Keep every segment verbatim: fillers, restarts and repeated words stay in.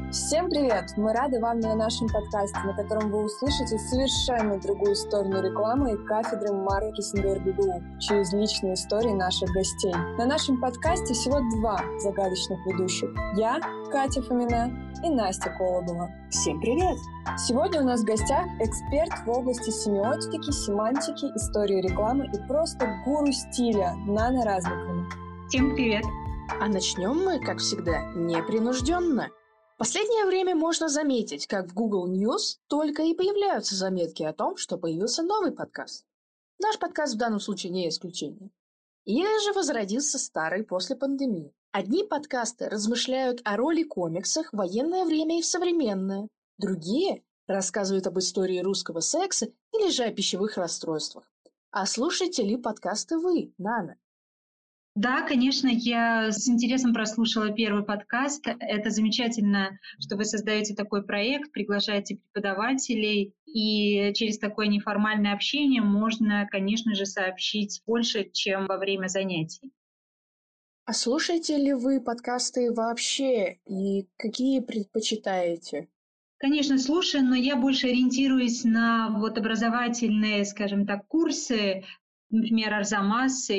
Всем привет! Мы рады вам на нашем подкасте, на котором вы услышите совершенно другую сторону рекламы и кафедры маркетинга эр бэ гэ у через личные истории наших гостей. На нашем подкасте всего два загадочных ведущих. Я, Катя Фомина, и Настя Колобова. Всем привет! Сегодня у нас в гостях эксперт в области семиотики, семантики, истории рекламы и просто гуру стиля Нана Размикова. Всем привет! А начнем мы, как всегда, непринужденно. В последнее время можно заметить, как в Google News только и появляются заметки о том, что появился новый подкаст. Наш подкаст в данном случае не исключение. Или же возродился старый после пандемии. Одни подкасты размышляют о роли комиксов в военное время и в современное. Другие рассказывают об истории русского секса или же о пищевых расстройствах. А слушаете ли подкасты вы, Нана? Да, конечно, я с интересом прослушала первый подкаст. Это замечательно, что вы создаете такой проект, приглашаете преподавателей, и через такое неформальное общение можно, конечно же, сообщить больше, чем во время занятий. А слушаете ли вы подкасты вообще и какие предпочитаете? Конечно, слушаю, но я больше ориентируюсь на вот образовательные, скажем так, курсы, например, Арзамас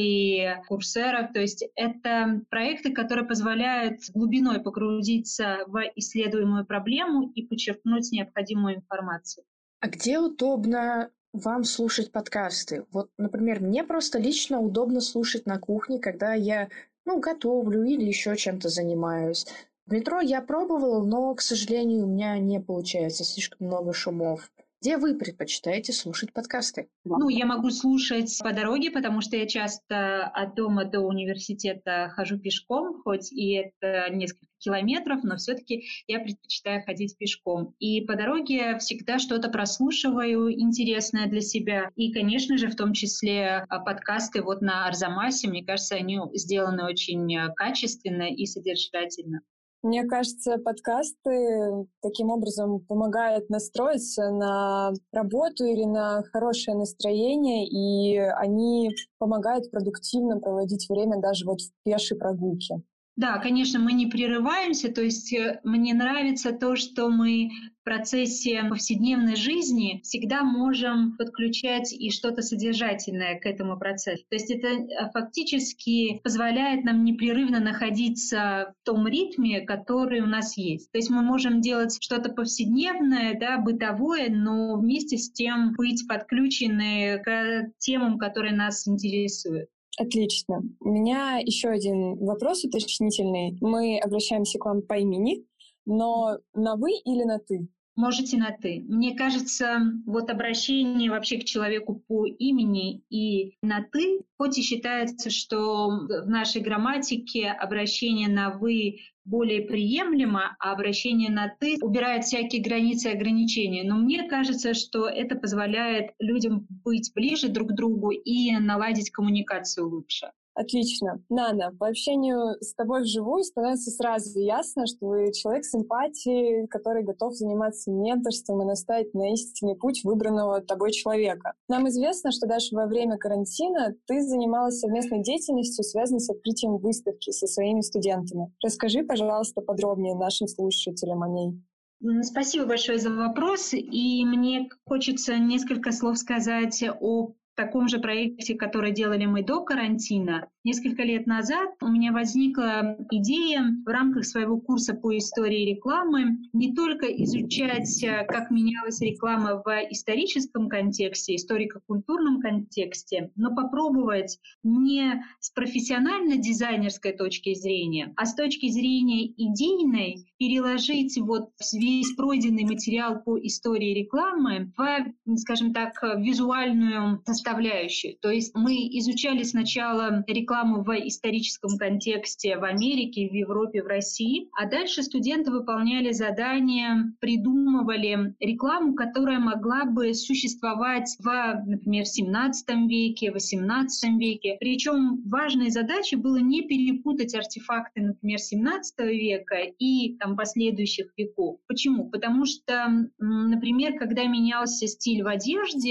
или Курсера. То есть это проекты, которые позволяют глубиной погрузиться в исследуемую проблему и подчеркнуть необходимую информацию. А где удобно вам слушать подкасты? Вот, например, мне просто лично удобно слушать на кухне, когда я, ну, готовлю или еще чем-то занимаюсь. В метро я пробовала, но, к сожалению, у меня не получается, слишком много шумов. Где вы предпочитаете слушать подкасты? Ну, я могу слушать по дороге, потому что я часто от дома до университета хожу пешком, хоть и это несколько километров, но все-таки я предпочитаю ходить пешком. И по дороге всегда что-то прослушиваю интересное для себя. И, конечно же, в том числе подкасты вот на Арзамасе. Мне кажется, они сделаны очень качественно и содержательно. Мне кажется, подкасты таким образом помогают настроиться на работу или на хорошее настроение, и они помогают продуктивно проводить время даже вот в пешей прогулке. Да, конечно, мы не прерываемся, то есть мне нравится то, что мы в процессе повседневной жизни всегда можем подключать и что-то содержательное к этому процессу. То есть это фактически позволяет нам непрерывно находиться в том ритме, который у нас есть. То есть мы можем делать что-то повседневное, да, бытовое, но вместе с тем быть подключены к темам, которые нас интересуют. Отлично. У меня еще один вопрос уточнительный. Мы обращаемся к вам по имени, но на «вы» или на «ты»? Можете на «ты». Мне кажется, вот обращение вообще к человеку по имени и на «ты», хоть и считается, что в нашей грамматике обращение на «вы» более приемлемо, а обращение на «ты» убирает всякие границы и ограничения. Но мне кажется, что это позволяет людям быть ближе друг к другу и наладить коммуникацию лучше. Отлично. Нана, по общению с тобой вживую становится сразу ясно, что вы человек с эмпатией, который готов заниматься менторством и наставить на истинный путь выбранного тобой человека. Нам известно, что даже во время карантина ты занималась совместной деятельностью, связанной с открытием выставки со своими студентами. Расскажи, пожалуйста, подробнее нашим слушателям о ней. Спасибо большое за вопрос. И мне хочется несколько слов сказать о таком же проекте, который делали мы до карантина. Несколько лет назад у меня возникла идея в рамках своего курса по истории рекламы не только изучать, как менялась реклама в историческом контексте, историко-культурном контексте, но попробовать не с профессионально-дизайнерской точки зрения, а с точки зрения идейной переложить вот весь пройденный материал по истории рекламы в, скажем так, визуальную составляющую. То есть мы изучали сначала рекламу в историческом контексте в Америке, в Европе, в России, а дальше студенты выполняли задания, придумывали рекламу, которая могла бы существовать в, например, семнадцатом веке, восемнадцатом веке. Причем важной задачей было не перепутать артефакты, например, семнадцатого века и там, последующих веков. Почему? Потому что, например, когда менялся стиль в одежде,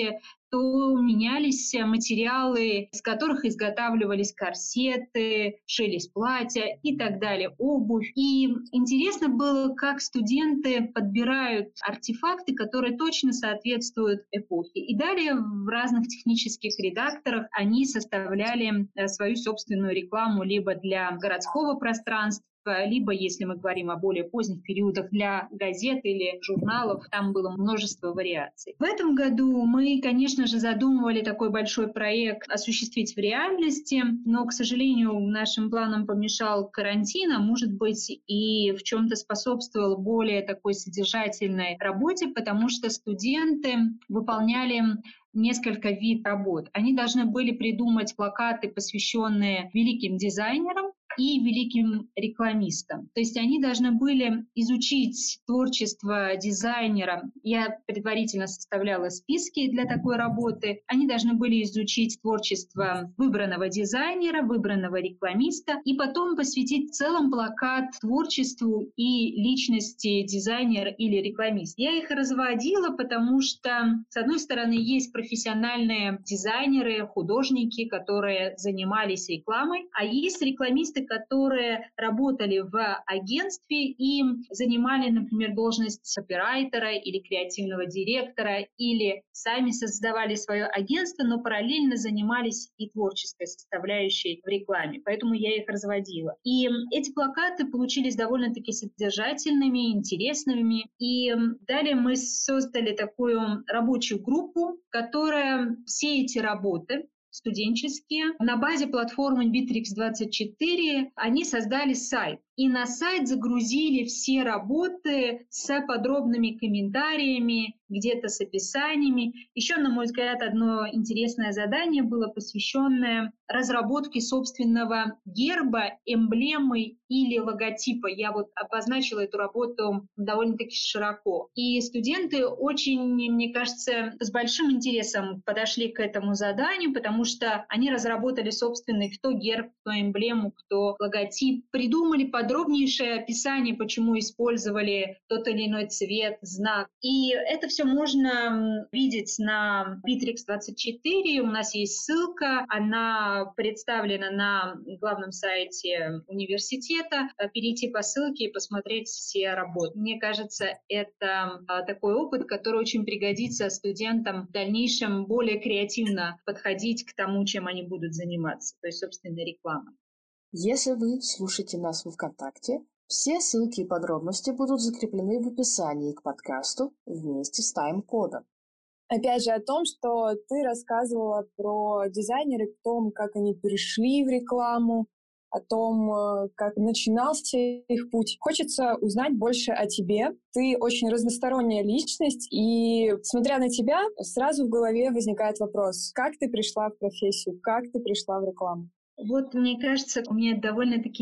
то менялись материалы, из которых изготавливались корсеты, шились платья и так далее, обувь. И интересно было, как студенты подбирают артефакты, которые точно соответствуют эпохе. И далее в разных технических редакторах они составляли свою собственную рекламу либо для городского пространства, либо, если мы говорим о более поздних периодах, для газет или журналов, там было множество вариаций. В этом году мы, конечно же, задумывали такой большой проект осуществить в реальности, но, к сожалению, нашим планам помешал карантин, а может быть и в чем-то способствовал более такой содержательной работе, потому что студенты выполняли несколько видов работ. Они должны были придумать плакаты, посвященные великим дизайнерам и великим рекламистам. То есть они должны были изучить творчество дизайнера. Я предварительно составляла списки для такой работы. Они должны были изучить творчество выбранного дизайнера, выбранного рекламиста и потом посвятить в целом плакат творчеству и личности дизайнера или рекламиста. Я их разводила, потому что, с одной стороны, есть профессиональные дизайнеры, художники, которые занимались рекламой, а есть рекламисты, которые работали в агентстве и занимали, например, должность копирайтера или креативного директора, или сами создавали свое агентство, но параллельно занимались и творческой составляющей в рекламе. Поэтому я их разводила. И эти плакаты получились довольно-таки содержательными, интересными. И далее мы создали такую рабочую группу, которая все эти работы студенческие. На базе платформы Битрикс двадцать четыре они создали сайт. И на сайт загрузили все работы с подробными комментариями, где-то с описаниями. Еще, на мой взгляд, одно интересное задание было посвященное разработке собственного герба, эмблемы или логотипа. Я вот обозначила эту работу довольно-таки широко. И студенты очень, мне кажется, с большим интересом подошли к этому заданию, потому что они разработали собственный кто герб, кто эмблему, кто логотип, придумали под подробнейшее описание, почему использовали тот или иной цвет, знак. И это все можно видеть на Битрикс двадцать четыре. У нас есть ссылка, она представлена на главном сайте университета. Перейти по ссылке и посмотреть все работы. Мне кажется, это такой опыт, который очень пригодится студентам в дальнейшем более креативно подходить к тому, чем они будут заниматься, то есть, собственно, рекламой. Если вы слушаете нас в ВКонтакте, все ссылки и подробности будут закреплены в описании к подкасту вместе с тайм-кодом. Опять же, о том, что ты рассказывала про дизайнеров, о том, как они пришли в рекламу, о том, как начинался их путь. Хочется узнать больше о тебе. Ты очень разносторонняя личность, и, смотря на тебя, сразу в голове возникает вопрос, как ты пришла в профессию, как ты пришла в рекламу? Вот, мне кажется, у меня довольно-таки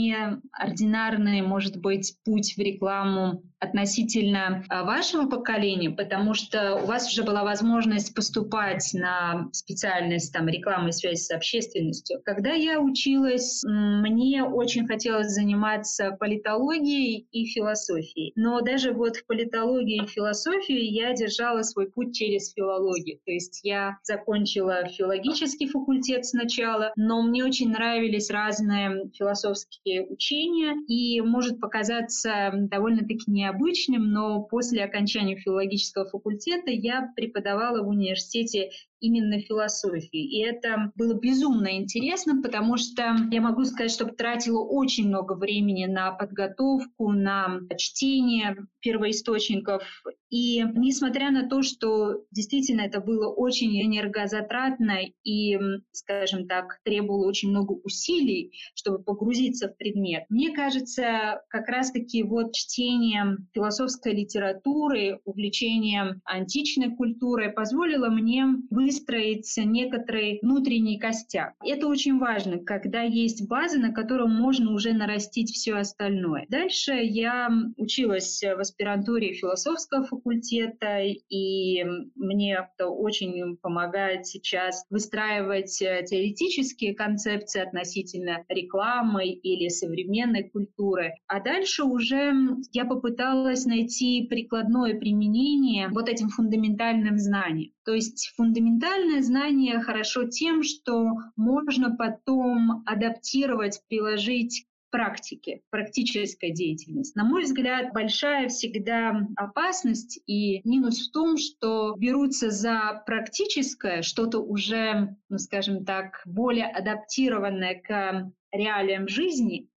неординарный, может быть, путь в рекламу относительно вашего поколения, потому что у вас уже была возможность поступать на специальность там, рекламы и связи с общественностью. Когда я училась, мне очень хотелось заниматься политологией и философией. Но даже вот в политологии и философии я держала свой путь через филологию. То есть я закончила филологический факультет сначала, но мне очень нравились разные философские учения, и может показаться довольно-таки необычным, но после окончания филологического факультета я преподавала в университете именно философии. И это было безумно интересно, потому что я могу сказать, что тратила очень много времени на подготовку, на чтение первоисточников. И несмотря на то, что действительно это было очень энергозатратно и, скажем так, требовало очень много усилий, чтобы погрузиться в предмет, мне кажется, как раз-таки вот чтение философской литературы, увлечение античной культурой позволило мне выстроить некоторый внутренний костяк. Это очень важно, когда есть база, на которой можно уже нарастить все остальное. Дальше я училась в аспирантуре философского факультета, и мне это очень помогает сейчас выстраивать теоретические концепции относительно рекламы или современной культуры. А дальше уже я попыталась найти прикладное применение вот этим фундаментальным знаниям. То есть фундаментальное знание хорошо тем, что можно потом адаптировать, приложить к практике, практической деятельности. На мой взгляд, большая всегда опасность и минус в том, что берутся за практическое, что-то уже, ну, скажем так, более адаптированное к реалиям жизни,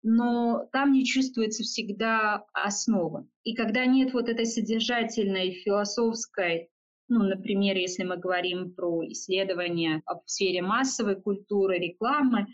но там не чувствуется всегда основа. И когда нет вот этой содержательной, философской, ну, например, если мы говорим про исследования в сфере массовой культуры, рекламы,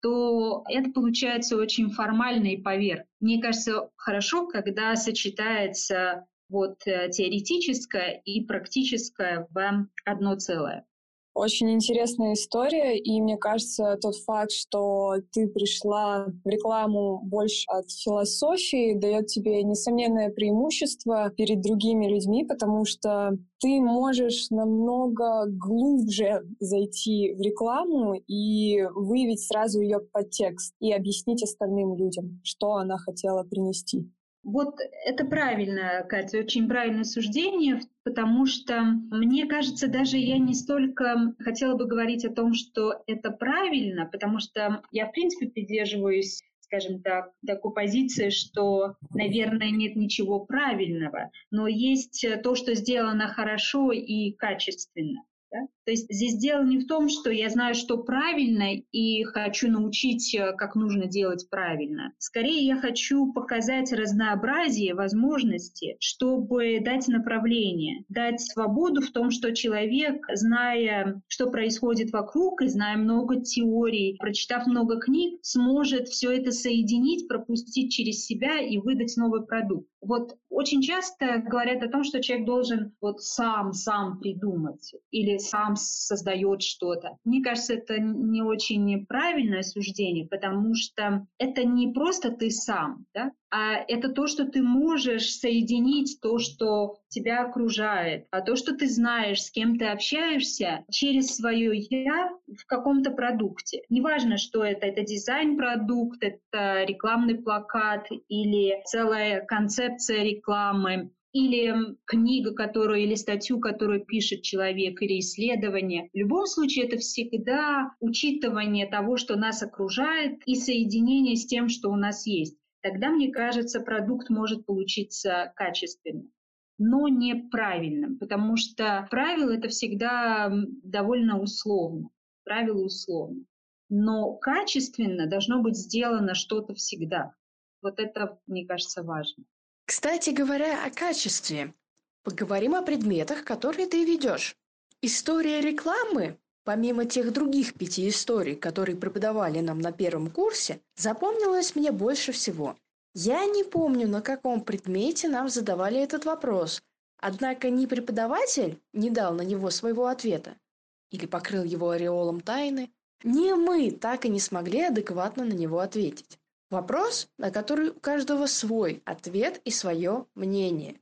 то это получается очень формально и поверхностно. Мне кажется, хорошо, когда сочетается вот теоретическое и практическое в одно целое. Очень интересная история, и мне кажется, тот факт, что ты пришла в рекламу больше от философии, дает тебе несомненное преимущество перед другими людьми, потому что ты можешь намного глубже зайти в рекламу и выявить сразу ее подтекст и объяснить остальным людям, что она хотела принести. Вот это правильно, Катя, очень правильное суждение, потому что, мне кажется, даже я не столько хотела бы говорить о том, что это правильно, потому что я, в принципе, придерживаюсь, скажем так, такой позиции, что, наверное, нет ничего правильного, но есть то, что сделано хорошо и качественно. Да? То есть здесь дело не в том, что я знаю, что правильно, и хочу научить, как нужно делать правильно. Скорее, я хочу показать разнообразие возможностей, чтобы дать направление, дать свободу в том, что человек, зная, что происходит вокруг, и зная много теорий, прочитав много книг, сможет все это соединить, пропустить через себя и выдать новый продукт. Вот очень часто говорят о том, что человек должен вот сам, сам придумать или сам создает что-то. Мне кажется, это не очень правильное суждение, потому что это не просто ты сам, да? А это то, что ты можешь соединить, то, что тебя окружает, а то, что ты знаешь, с кем ты общаешься, через свое «я» в каком-то продукте. Неважно, что это, это дизайн-продукт, это рекламный плакат или целая концепция рекламы, или книга, которую, или статью, которую пишет человек, или исследование. В любом случае, это всегда учитывание того, что нас окружает, и соединение с тем, что у нас есть. Тогда, мне кажется, продукт может получиться качественным, но неправильным, потому что правило — это всегда довольно условно. Правило условно. Но качественно должно быть сделано что-то всегда. Вот это, мне кажется, важно. Кстати говоря о качестве, поговорим о предметах, которые ты ведешь. История рекламы, помимо тех других пяти историй, которые преподавали нам на первом курсе, запомнилась мне больше всего. Я не помню, на каком предмете нам задавали этот вопрос, однако ни преподаватель не дал на него своего ответа или покрыл его ореолом тайны, ни мы так и не смогли адекватно на него ответить. Вопрос, на который у каждого свой ответ и свое мнение.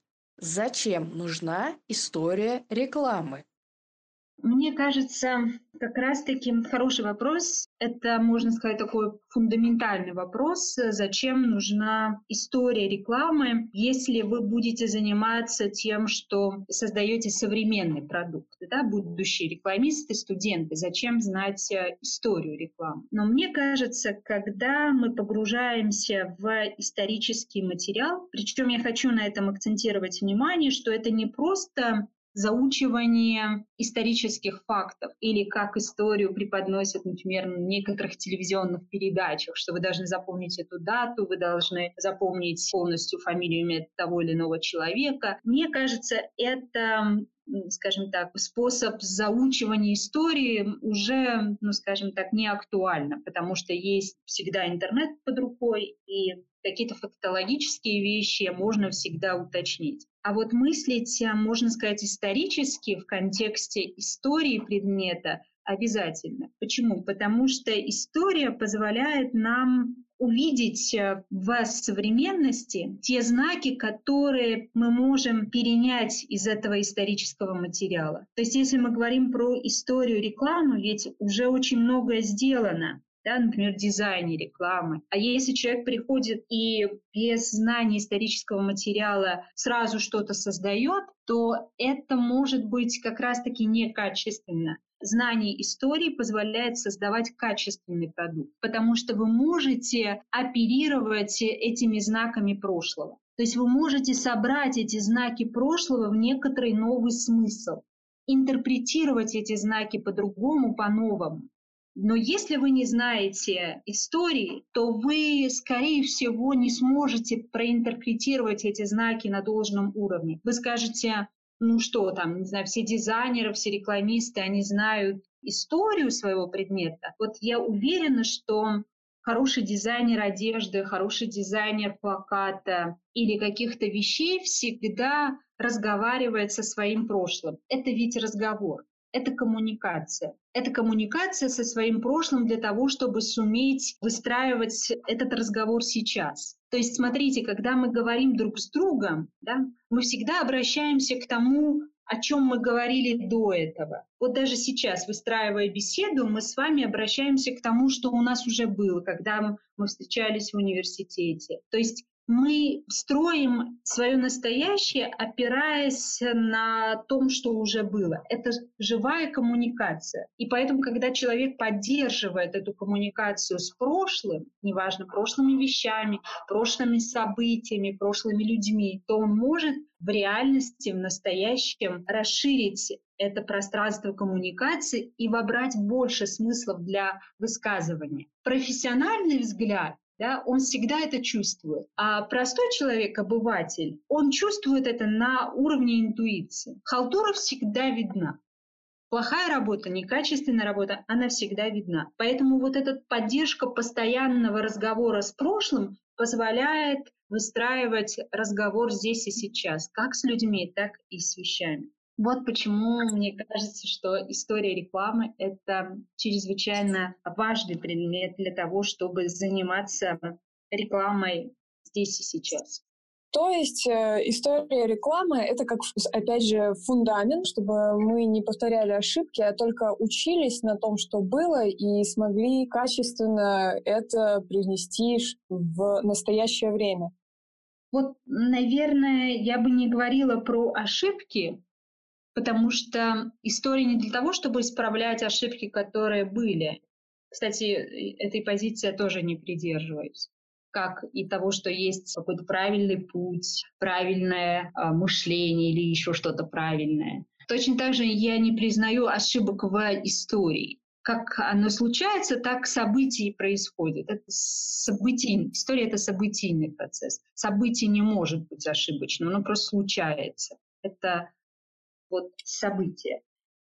Зачем нужна история рекламы? Мне кажется, как раз-таки хороший вопрос. Это, можно сказать, такой фундаментальный вопрос. Зачем нужна история рекламы, если вы будете заниматься тем, что создаете современный продукт, да, будущие рекламисты, студенты? Зачем знать историю рекламы? Но мне кажется, когда мы погружаемся в исторический материал, причем я хочу на этом акцентировать внимание, что это не просто заучивание исторических фактов или как историю преподносят, например, на некоторых телевизионных передачах, что вы должны запомнить эту дату, вы должны запомнить полностью фамилию, имя того или иного человека. Мне кажется, это, скажем так, способ заучивания истории уже, ну, скажем так, не актуально, потому что есть всегда интернет под рукой, и какие-то фактологические вещи можно всегда уточнить. А вот мыслить, можно сказать, исторически в контексте истории предмета обязательно. Почему? Потому что история позволяет нам увидеть в современности те знаки, которые мы можем перенять из этого исторического материала. То есть если мы говорим про историю рекламы, ведь уже очень многое сделано. да, например, дизайне рекламы. А если человек приходит и без знания исторического материала сразу что-то создает, то это может быть как раз-таки некачественно. Знание истории позволяет создавать качественный продукт, потому что вы можете оперировать этими знаками прошлого. То есть вы можете собрать эти знаки прошлого в некоторый новый смысл, интерпретировать эти знаки по-другому, по-новому. Но если вы не знаете истории, то вы, скорее всего, не сможете проинтерпретировать эти знаки на должном уровне. Вы скажете, ну что там, не знаю, все дизайнеры, все рекламисты, они знают историю своего предмета. Вот я уверена, что хороший дизайнер одежды, хороший дизайнер плаката или каких-то вещей всегда разговаривает со своим прошлым. Это ведь разговор. Это коммуникация. Это коммуникация со своим прошлым для того, чтобы суметь выстраивать этот разговор сейчас. То есть, смотрите, когда мы говорим друг с другом, да, мы всегда обращаемся к тому, о чем мы говорили до этого. Вот даже сейчас, выстраивая беседу, мы с вами обращаемся к тому, что у нас уже было, когда мы встречались в университете. То есть мы строим свое настоящее, опираясь на том, что уже было. Это живая коммуникация. И поэтому, когда человек поддерживает эту коммуникацию с прошлым, неважно, прошлыми вещами, прошлыми событиями, прошлыми людьми, то он может в реальности, в настоящем расширить это пространство коммуникации и вобрать больше смыслов для высказывания. Профессиональный взгляд, да, он всегда это чувствует. А простой человек, обыватель, он чувствует это на уровне интуиции. Халтура всегда видна. Плохая работа, некачественная работа, она всегда видна. Поэтому вот эта поддержка постоянного разговора с прошлым позволяет выстраивать разговор здесь и сейчас, как с людьми, так и с вещами. Вот почему мне кажется, что история рекламы — это чрезвычайно важный предмет для того, чтобы заниматься рекламой здесь и сейчас. То есть э, история рекламы — это как, опять же, фундамент, чтобы мы не повторяли ошибки, а только учились на том, что было, и смогли качественно это привнести в настоящее время. Вот, наверное, я бы не говорила про ошибки, потому что история не для того, чтобы исправлять ошибки, которые были. Кстати, этой позиции я тоже не придерживаюсь. Как и того, что есть какой-то правильный путь, правильное э, мышление или еще что-то правильное. Точно так же я не признаю ошибок в истории. Как оно случается, так события и происходят. Это событийный, история — это событийный процесс. Событие не может быть ошибочным, оно просто случается. Это вот событие.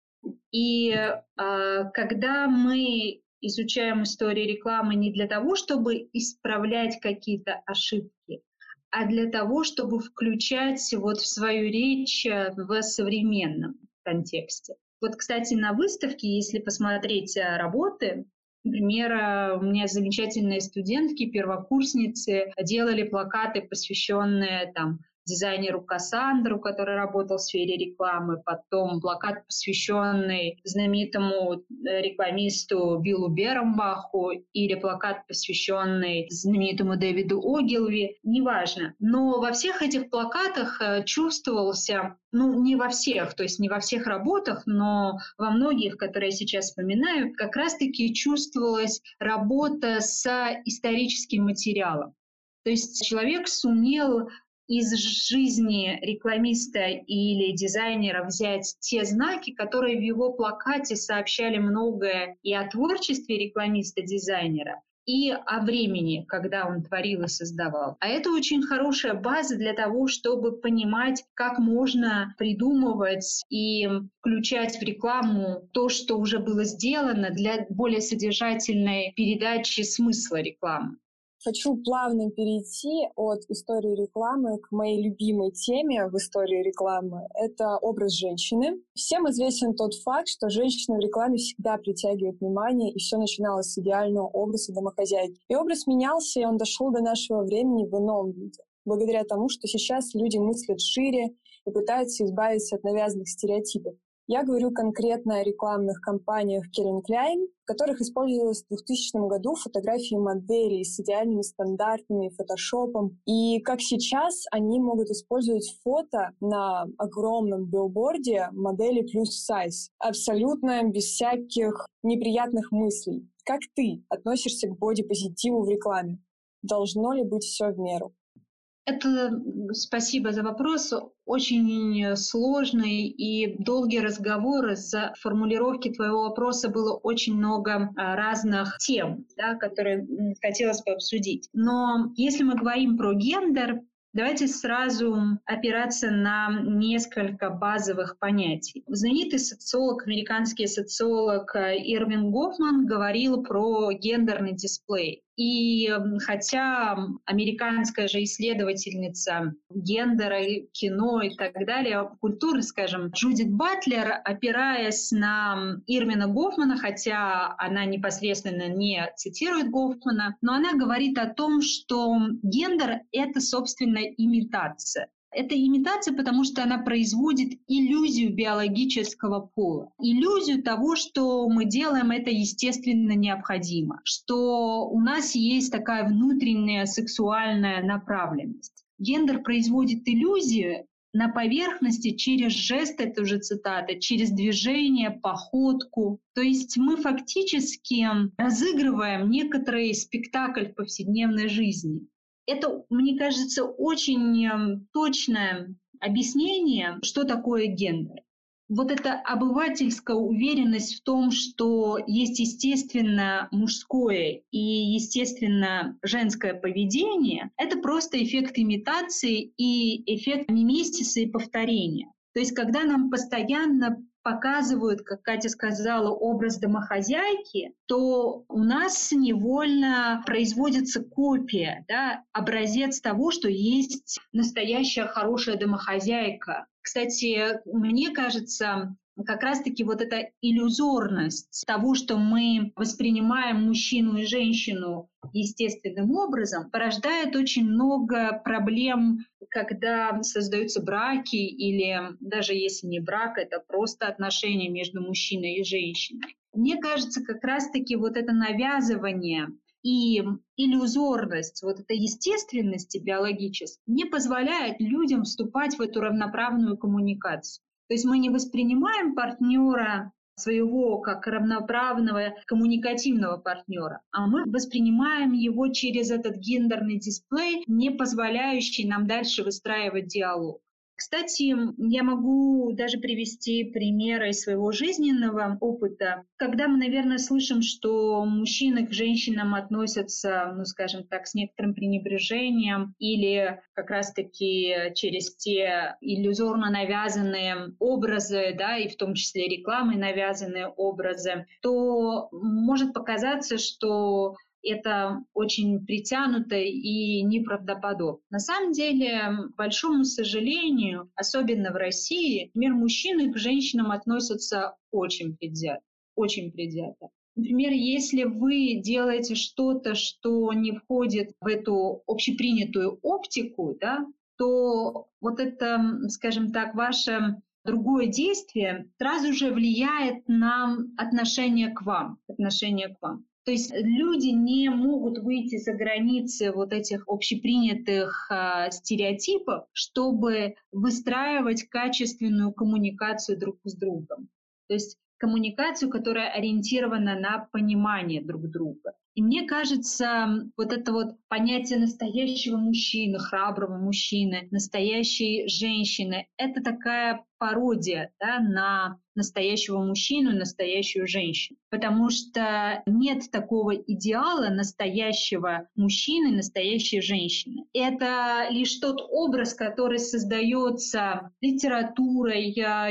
И э, когда мы изучаем историю рекламы не для того, чтобы исправлять какие-то ошибки, а для того, чтобы включать вот в свою речь в современном контексте. Вот, кстати, на выставке, если посмотреть работы, например, у меня замечательные студентки, первокурсницы делали плакаты, посвященные там дизайнеру Кассандру, который работал в сфере рекламы, потом плакат, посвященный знаменитому рекламисту Биллу Бернбаху, или плакат, посвященный знаменитому Дэвиду Огилви, неважно. Но во всех этих плакатах чувствовался, ну не во всех, то есть не во всех работах, но во многих, которые я сейчас вспоминаю, как раз-таки чувствовалась работа с историческим материалом. То есть человек сумел из жизни рекламиста или дизайнера взять те знаки, которые в его плакате сообщали многое и о творчестве рекламиста-дизайнера, и о времени, когда он творил и создавал. А это очень хорошая база для того, чтобы понимать, как можно придумывать и включать в рекламу то, что уже было сделано, для более содержательной передачи смысла рекламы. Хочу плавно перейти от истории рекламы к моей любимой теме в истории рекламы. Это образ женщины. Всем известен тот факт, что женщина в рекламе всегда притягивает внимание, и все начиналось с идеального образа домохозяйки. И образ менялся, и он дошел до нашего времени в ином виде. Благодаря тому, что сейчас люди мыслят шире и пытаются избавиться от навязанных стереотипов. Я говорю конкретно о рекламных кампаниях Calvin Klein, в которых использовалась в двухтысячном году фотографии моделей с идеальными стандартами, фотошопом. И как сейчас они могут использовать фото на огромном билборде модели плюс сайз, абсолютно без всяких неприятных мыслей. Как ты относишься к бодипозитиву в рекламе? Должно ли быть все в меру? Это, спасибо за вопрос, очень сложный и долгий разговор. Из-за формулировки твоего вопроса было очень много разных тем, да, которые хотелось бы обсудить. Но если мы говорим про гендер, давайте сразу опираться на несколько базовых понятий. Знаменитый социолог, американский социолог Ирвинг Гофман говорил про гендерный дисплей. И хотя американская же исследовательница гендера, кино и так далее, культуры, скажем, Джудит Батлер, опираясь на Ирвина Гофмана, хотя она непосредственно не цитирует Гофмана, но она говорит о том, что гендер — это, собственно, имитация. Это имитация, потому что она производит иллюзию биологического пола. Иллюзию того, что мы делаем это естественно необходимо, что у нас есть такая внутренняя сексуальная направленность. Гендер производит иллюзию на поверхности через жест, это уже цитата, через движение, походку. То есть мы фактически разыгрываем некоторый спектакль в повседневной жизни. Это, мне кажется, очень точное объяснение, что такое гендер. Вот эта обывательская уверенность в том, что есть естественно мужское и естественно женское поведение, это просто эффект имитации и эффект мимесиса и повторения. То есть когда нам постоянно показывают, как Катя сказала, образ домохозяйки, то у нас невольно производится копия, да, образец того, что есть настоящая хорошая домохозяйка. Кстати, мне кажется, как раз-таки вот эта иллюзорность того, что мы воспринимаем мужчину и женщину естественным образом, порождает очень много проблем, когда создаются браки или даже если не брак, это просто отношения между мужчиной и женщиной. Мне кажется, как раз-таки вот это навязывание и иллюзорность, вот эта естественность биологическая не позволяет людям вступать в эту равноправную коммуникацию. То есть мы не воспринимаем партнера своего как равноправного коммуникативного партнера, а мы воспринимаем его через этот гендерный дисплей, не позволяющий нам дальше выстраивать диалог. Кстати, я могу даже привести примеры из своего жизненного опыта. Когда мы, наверное, слышим, что мужчины к женщинам относятся, ну, скажем так, с некоторым пренебрежением или как раз-таки через те иллюзорно навязанные образы, да, и в том числе рекламой навязанные образы, то может показаться, что это очень притянуто и неправдоподобно. На самом деле, к большому сожалению, особенно в России, например, мужчины к женщинам относятся очень предвзято, очень предвзято. Например, если вы делаете что-то, что не входит в эту общепринятую оптику, да, то вот это, скажем так, ваше другое действие сразу же влияет на отношение к вам, отношение к вам. То есть люди не могут выйти за границы вот этих общепринятых э, стереотипов, чтобы выстраивать качественную коммуникацию друг с другом. То есть коммуникацию, которая ориентирована на понимание друг друга. И мне кажется, вот это вот понятие настоящего мужчины, храброго мужчины, настоящей женщины, это такая пародия, да, на настоящего мужчину и настоящую женщину. Потому что нет такого идеала настоящего мужчины и настоящей женщины. Это лишь тот образ, который создается литературой,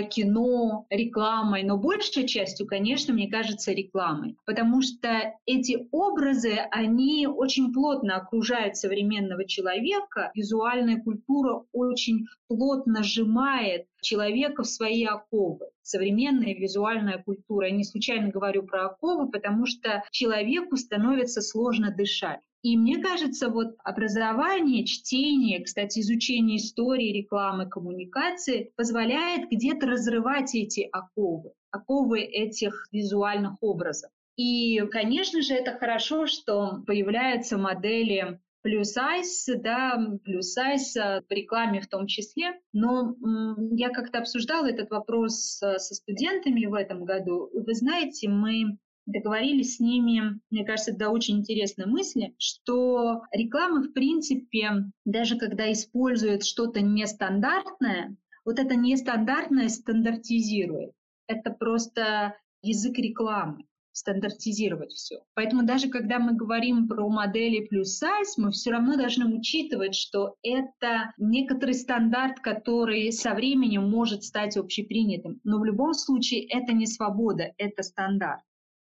кино, рекламой, но большей частью, конечно, мне кажется, рекламой. Потому что эти образы образы, они очень плотно окружают современного человека. Визуальная культура очень плотно сжимает человека в свои оковы. Современная визуальная культура. Я не случайно говорю про оковы, потому что человеку становится сложно дышать. И мне кажется, вот образование, чтение, кстати, изучение истории, рекламы, коммуникации позволяет где-то разрывать эти оковы, оковы этих визуальных образов. И, конечно же, это хорошо, что появляются модели плюс-сайз, да, плюс-сайз в рекламе в том числе. Но м, я как-то обсуждала этот вопрос со студентами в этом году. Вы знаете, мы договорились с ними, мне кажется, это очень интересная мысль, что реклама, в принципе, даже когда использует что-то нестандартное, вот это нестандартное стандартизирует. Это просто язык рекламы. Стандартизировать все. Поэтому даже когда мы говорим про модели плюс-сайз, мы все равно должны учитывать, что это некоторый стандарт, который со временем может стать общепринятым. Но в любом случае это не свобода, это стандарт.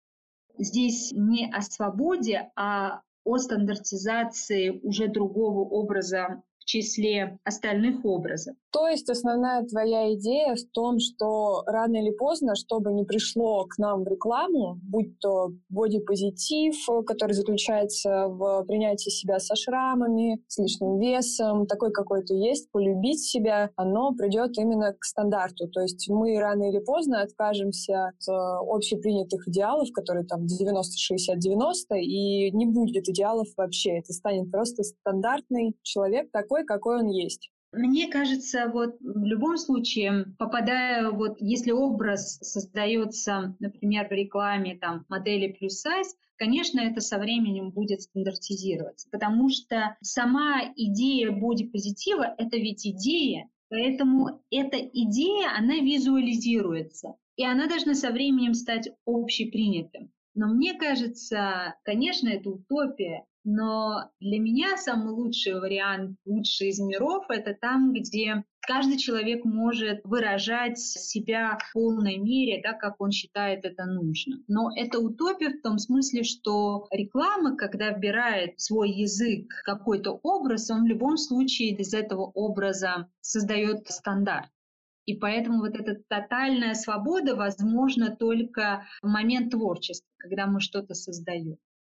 Здесь не о свободе, а о стандартизации уже другого образа в числе остальных образов. То есть основная твоя идея в том, что рано или поздно, что бы ни пришло к нам в рекламу, будь то бодипозитив, который заключается в принятии себя со шрамами, с лишним весом, такой какой ты есть, полюбить себя, оно придет именно к стандарту. То есть мы рано или поздно откажемся от общепринятых идеалов, которые там девяносто шестьдесят девяносто, и не будет идеалов вообще. Это станет просто стандартный человек такой, какой он есть. Мне кажется, вот в любом случае, попадая, вот если образ создается, например, в рекламе там, модели плюс-сайз, конечно, это со временем будет стандартизироваться, потому что сама идея бодипозитива — это ведь идея, поэтому эта идея, она визуализируется, и она должна со временем стать общепринятым. Но мне кажется, конечно, это утопия, но для меня самый лучший вариант, лучший из миров — это там, где каждый человек может выражать себя в полной мере, да, как он считает это нужным. Но это утопия в том смысле, что реклама, когда вбирает в свой язык какой-то образ, он в любом случае из этого образа создает стандарт. И поэтому вот эта тотальная свобода возможна только в момент творчества, когда мы что-то создаем.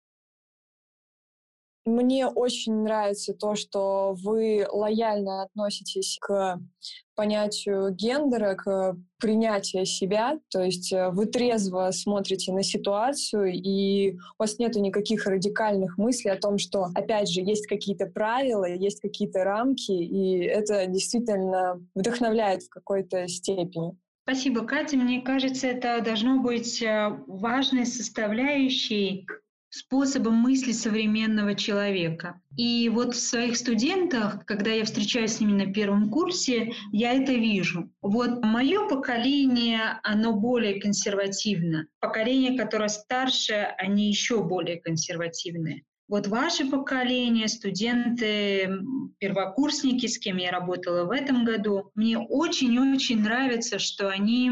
Мне очень нравится то, что вы лояльно относитесь к понятию гендера, к принятию себя, то есть вы трезво смотрите на ситуацию, и у вас нету никаких радикальных мыслей о том, что, опять же, есть какие-то правила, есть какие-то рамки, и это действительно вдохновляет в какой-то степени. Спасибо, Катя. Мне кажется, это должно быть важной составляющей способом мысли современного человека. И вот в своих студентах, когда я встречаюсь с ними на первом курсе, я это вижу. Вот мое поколение, оно более консервативно. Поколение, которое старше, они еще более консервативные. Вот ваше поколение, студенты, первокурсники, с кем я работала в этом году, мне очень-очень нравится, что они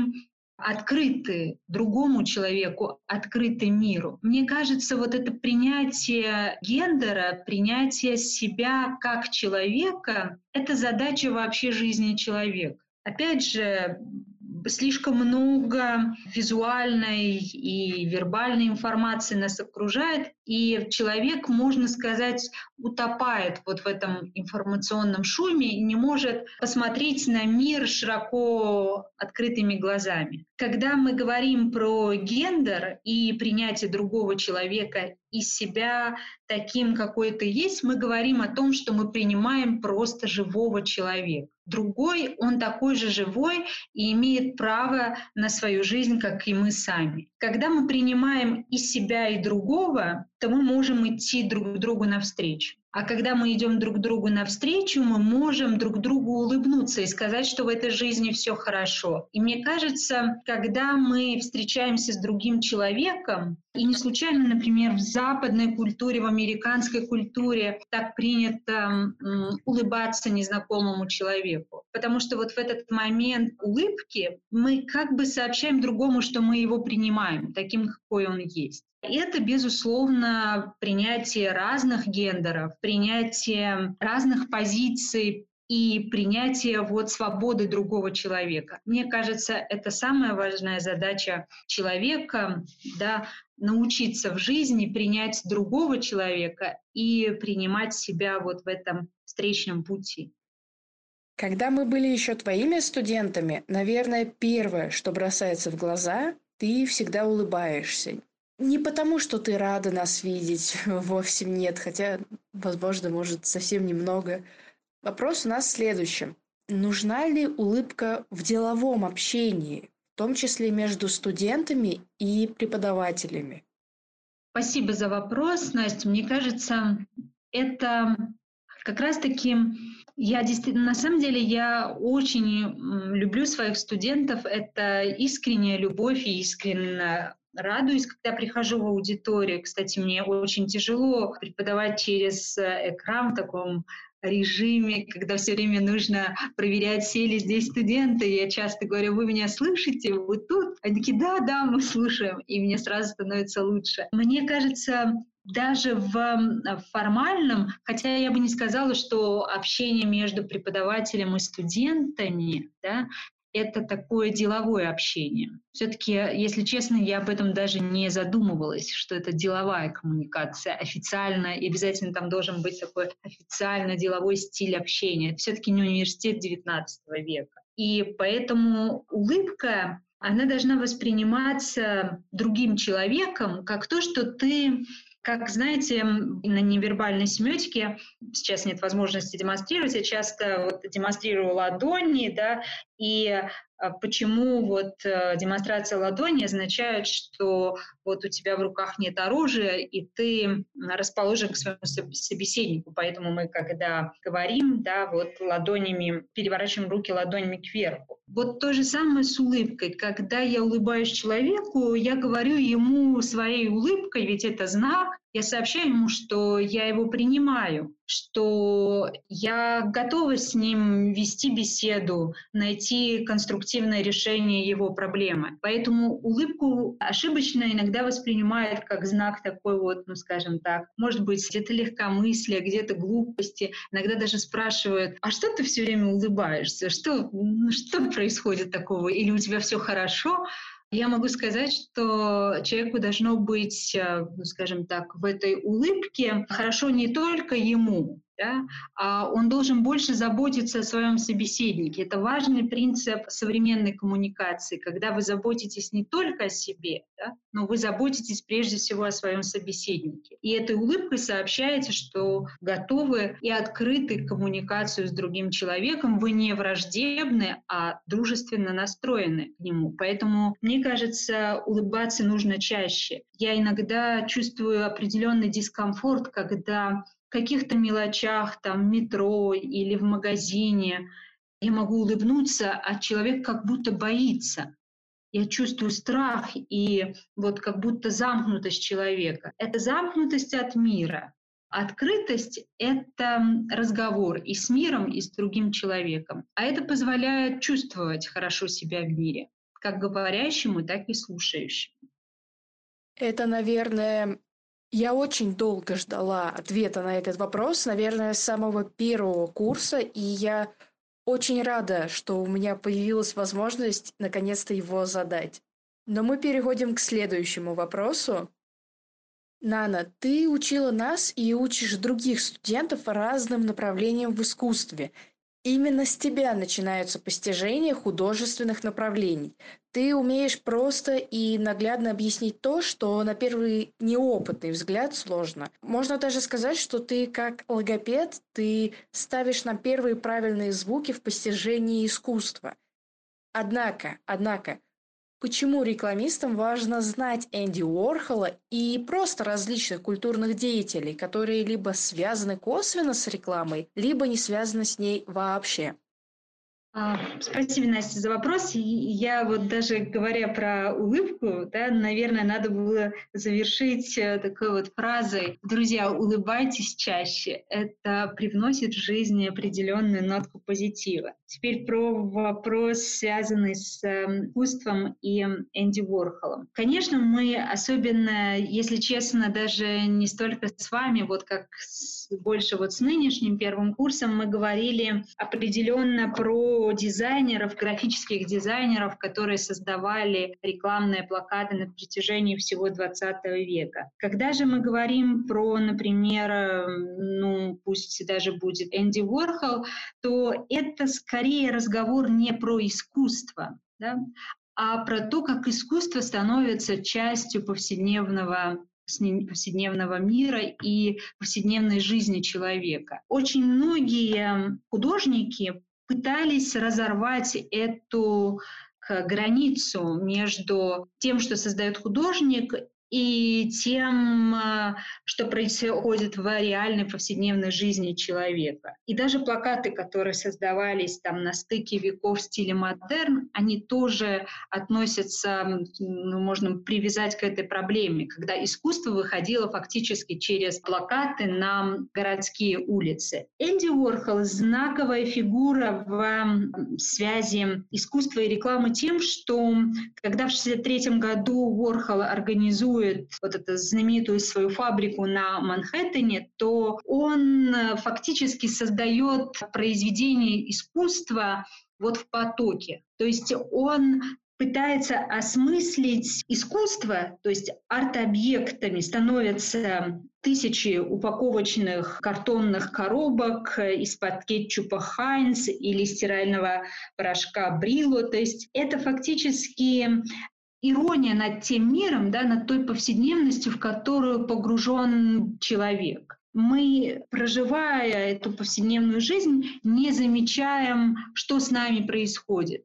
открыты другому человеку, открыты миру. Мне кажется, вот это принятие гендера, принятие себя как человека — это задача вообще жизни человека. Опять же, слишком много визуальной и вербальной информации нас окружает, и человек, можно сказать, утопает вот в этом информационном шуме и не может посмотреть на мир широко открытыми глазами. Когда мы говорим про гендер и принятие другого человека и себя таким, какой ты есть, мы говорим о том, что мы принимаем просто живого человека. Другой, он такой же живой и имеет право на свою жизнь, как и мы сами. Когда мы принимаем и себя, и другого, то мы можем идти друг другу навстречу. А когда мы идем друг другу навстречу, мы можем друг другу улыбнуться и сказать, что в этой жизни все хорошо. И мне кажется, когда мы встречаемся с другим человеком, и не случайно, например, в западной культуре, в американской культуре так принято м, улыбаться незнакомому человеку. потому что вот в этот момент улыбки мы как бы сообщаем другому, что мы его принимаем таким, какой он есть. И это, безусловно, принятие разных гендеров, принятие разных позиций и принятие вот свободы другого человека. Мне кажется, это самая важная задача человека, да, научиться в жизни принять другого человека и принимать себя вот в этом встречном пути. Когда мы были еще твоими студентами, наверное, первое, что бросается в глаза, ты всегда улыбаешься. Не потому, что ты рада нас видеть, вовсе нет, хотя, возможно, может, совсем немного. Вопрос у нас в следующем. Нужна ли улыбка в деловом общении, в том числе между студентами и преподавателями? Спасибо за вопрос, Настя. Мне кажется, это как раз-таки... Я действительно, на самом деле, я очень люблю своих студентов. Это искренняя любовь и искренне радуюсь, когда прихожу в аудиторию. Кстати, мне очень тяжело преподавать через экран в таком режиме, когда все время нужно проверять, все ли здесь студенты. Я часто говорю: вы меня слышите? Вы тут? Они такие: да, да, мы слушаем. И мне сразу становится лучше. Мне кажется, даже в формальном, хотя я бы не сказала, что общение между преподавателем и студентами, да, это такое деловое общение. Все-таки, если честно, я об этом даже не задумывалась, что это деловая коммуникация, официально, и обязательно там должен быть такой официально-деловой стиль общения. Это все-таки не университет девятнадцатого века. И поэтому улыбка, она должна восприниматься другим человеком как то, что ты... Как знаете, на невербальной семиотике, сейчас нет возможности демонстрировать, я часто вот демонстрирую ладони, да, и почему вот демонстрация ладони означает, что вот у тебя в руках нет оружия, и ты расположен к своему собеседнику. Поэтому мы, когда говорим, да, вот ладонями, переворачиваем руки ладонями кверху. Вот то же самое с улыбкой. Когда я улыбаюсь человеку, я говорю ему своей улыбкой, ведь это знак, я сообщаю ему, что я его принимаю, что я готова с ним вести беседу, найти конструктивное решение его проблемы. Поэтому улыбку ошибочно иногда воспринимают как знак такой вот, ну скажем так, может быть, где-то легкомыслия, где-то глупости. Иногда даже спрашивают: а что ты все время улыбаешься? Что, что происходит такого? Или у тебя все хорошо? Я могу сказать, что человеку должно быть, ну, скажем так, в этой улыбке хорошо не только ему, да, а он должен больше заботиться о своем собеседнике. Это важный принцип современной коммуникации, когда вы заботитесь не только о себе, да, но вы заботитесь прежде всего о своем собеседнике. И этой улыбкой сообщаете, что готовы и открыты к коммуникации с другим человеком. Вы не враждебны, а дружественно настроены к нему. Поэтому, мне кажется, улыбаться нужно чаще. Я иногда чувствую определенный дискомфорт, когда в каких-то мелочах, там, в метро или в магазине я могу улыбнуться, а человек как будто боится. Я чувствую страх и вот как будто замкнутость человека. Это замкнутость от мира. Открытость — это разговор и с миром, и с другим человеком. А это позволяет чувствовать хорошо себя в мире, как говорящему, так и слушающему. Это, наверное... Я очень долго ждала ответа на этот вопрос, наверное, с самого первого курса, и я очень рада, что у меня появилась возможность наконец-то его задать. Но мы переходим к следующему вопросу. Нана, ты учила нас и учишь других студентов разным направлениям в искусстве. Именно с тебя начинаются постижения художественных направлений. Ты умеешь просто и наглядно объяснить то, что на первый неопытный взгляд сложно. Можно даже сказать, что ты как логопед, ты ставишь нам первые правильные звуки в постижении искусства. Однако, однако, почему рекламистам важно знать Энди Уорхола и просто различных культурных деятелей, которые либо связаны косвенно с рекламой, либо не связаны с ней вообще? А, Спасибо, Настя, за вопрос. И я вот даже говоря про улыбку, да, наверное, надо было завершить э, такой вот фразой: друзья, улыбайтесь чаще. Это привносит в жизнь определенную нотку позитива. Теперь про вопрос, связанный с э, искусством и Энди Уорхолом. Конечно, мы особенно, если честно, даже не столько с вами, вот как с, больше вот с нынешним первым курсом, мы говорили определенно про дизайнеров, графических дизайнеров, которые создавали рекламные плакаты на протяжении всего двадцатого века. Когда же мы говорим про, например, ну, пусть даже будет Энди Уорхол, то это скорее разговор не про искусство, да, а про то, как искусство становится частью повседневного повседневного мира и повседневной жизни человека. Очень многие художники пытались разорвать эту границу между тем, что создает художник, и тем, что происходит в реальной повседневной жизни человека. И даже плакаты, которые создавались там на стыке веков в стиле модерн, они тоже относятся, ну, можно привязать к этой проблеме, когда искусство выходило фактически через плакаты на городские улицы. Энди Уорхол — знаковая фигура в связи искусства и рекламы тем, что когда в шестьдесят третьем году Уорхол организует вот эту знаменитую свою фабрику на Манхэттене, то он фактически создает произведение искусства вот в потоке. То есть он пытается осмыслить искусство, то есть арт-объектами становятся тысячи упаковочных картонных коробок из-под кетчупа Хайнц или стирального порошка Брилло. То есть это фактически ирония над тем миром, да, над той повседневностью, в которую погружен человек. Мы, проживая эту повседневную жизнь, не замечаем, что с нами происходит.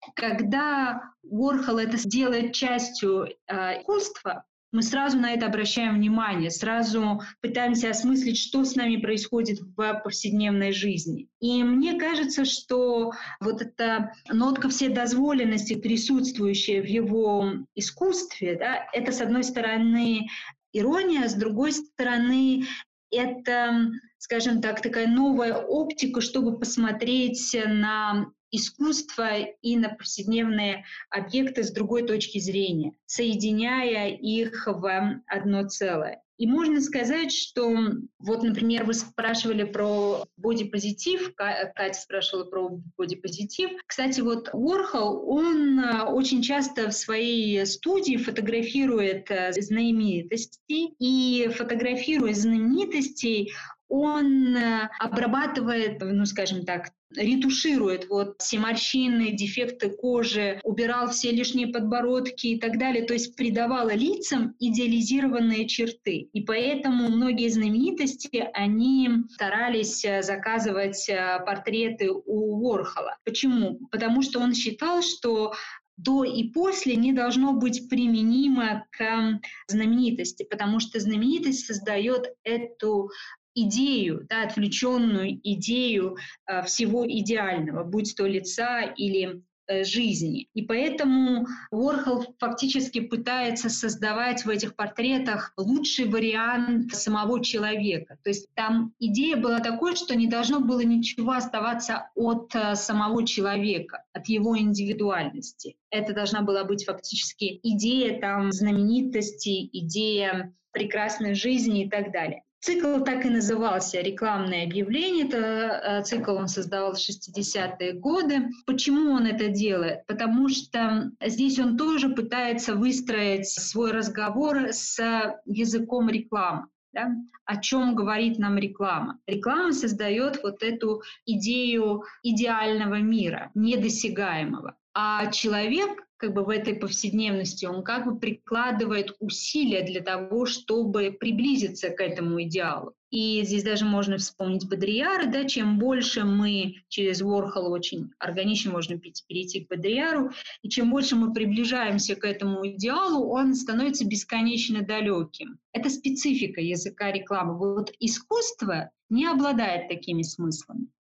Когда Уорхол это делает частью э, искусства, мы сразу на это обращаем внимание, сразу пытаемся осмыслить, что с нами происходит в повседневной жизни. И мне кажется, что вот эта нотка вседозволенности, присутствующая в его искусстве, да, это, с одной стороны, ирония, с другой стороны, это, скажем так, такая новая оптика, чтобы посмотреть на искусство и на повседневные объекты с другой точки зрения, соединяя их в одно целое. И можно сказать, что вот, например, вы спрашивали про бодипозитив, Катя спрашивала про бодипозитив. Кстати, вот Уорхол, он очень часто в своей студии фотографирует знаменитостей, и фотографируя знаменитостей, он обрабатывает, ну, скажем так, ретуширует вот все морщины, дефекты кожи, убирал все лишние подбородки и так далее, то есть придавал лицам идеализированные черты. И поэтому многие знаменитости, они старались заказывать портреты у Уорхола. Почему? Потому что он считал, что до и после не должно быть применимо к знаменитости, потому что знаменитость создает эту идею, да, отвлеченную идею э, всего идеального, будь то лица или э, жизни. И поэтому Уорхол фактически пытается создавать в этих портретах лучший вариант самого человека. То есть там идея была такой, что не должно было ничего оставаться от э, самого человека, от его индивидуальности. Это должна была быть фактически идея там знаменитости, идея прекрасной жизни и так далее. Цикл так и назывался «Рекламное объявление». Это цикл он создавал в шестидесятые годы. Почему он это делает? Потому что здесь он тоже пытается выстроить свой разговор с языком рекламы. Да? О чем говорит нам реклама? Реклама создает вот эту идею идеального мира, недосягаемого. А человек как бы в этой повседневности, он как бы прикладывает усилия для того, чтобы приблизиться к этому идеалу. И здесь даже можно вспомнить Бодрияра, да, чем больше мы через Уорхола очень органично можно перейти к Бодрияру, и чем больше мы приближаемся к этому идеалу, он становится бесконечно далеким. Это специфика языка рекламы. Вот искусство не обладает такими смыслами.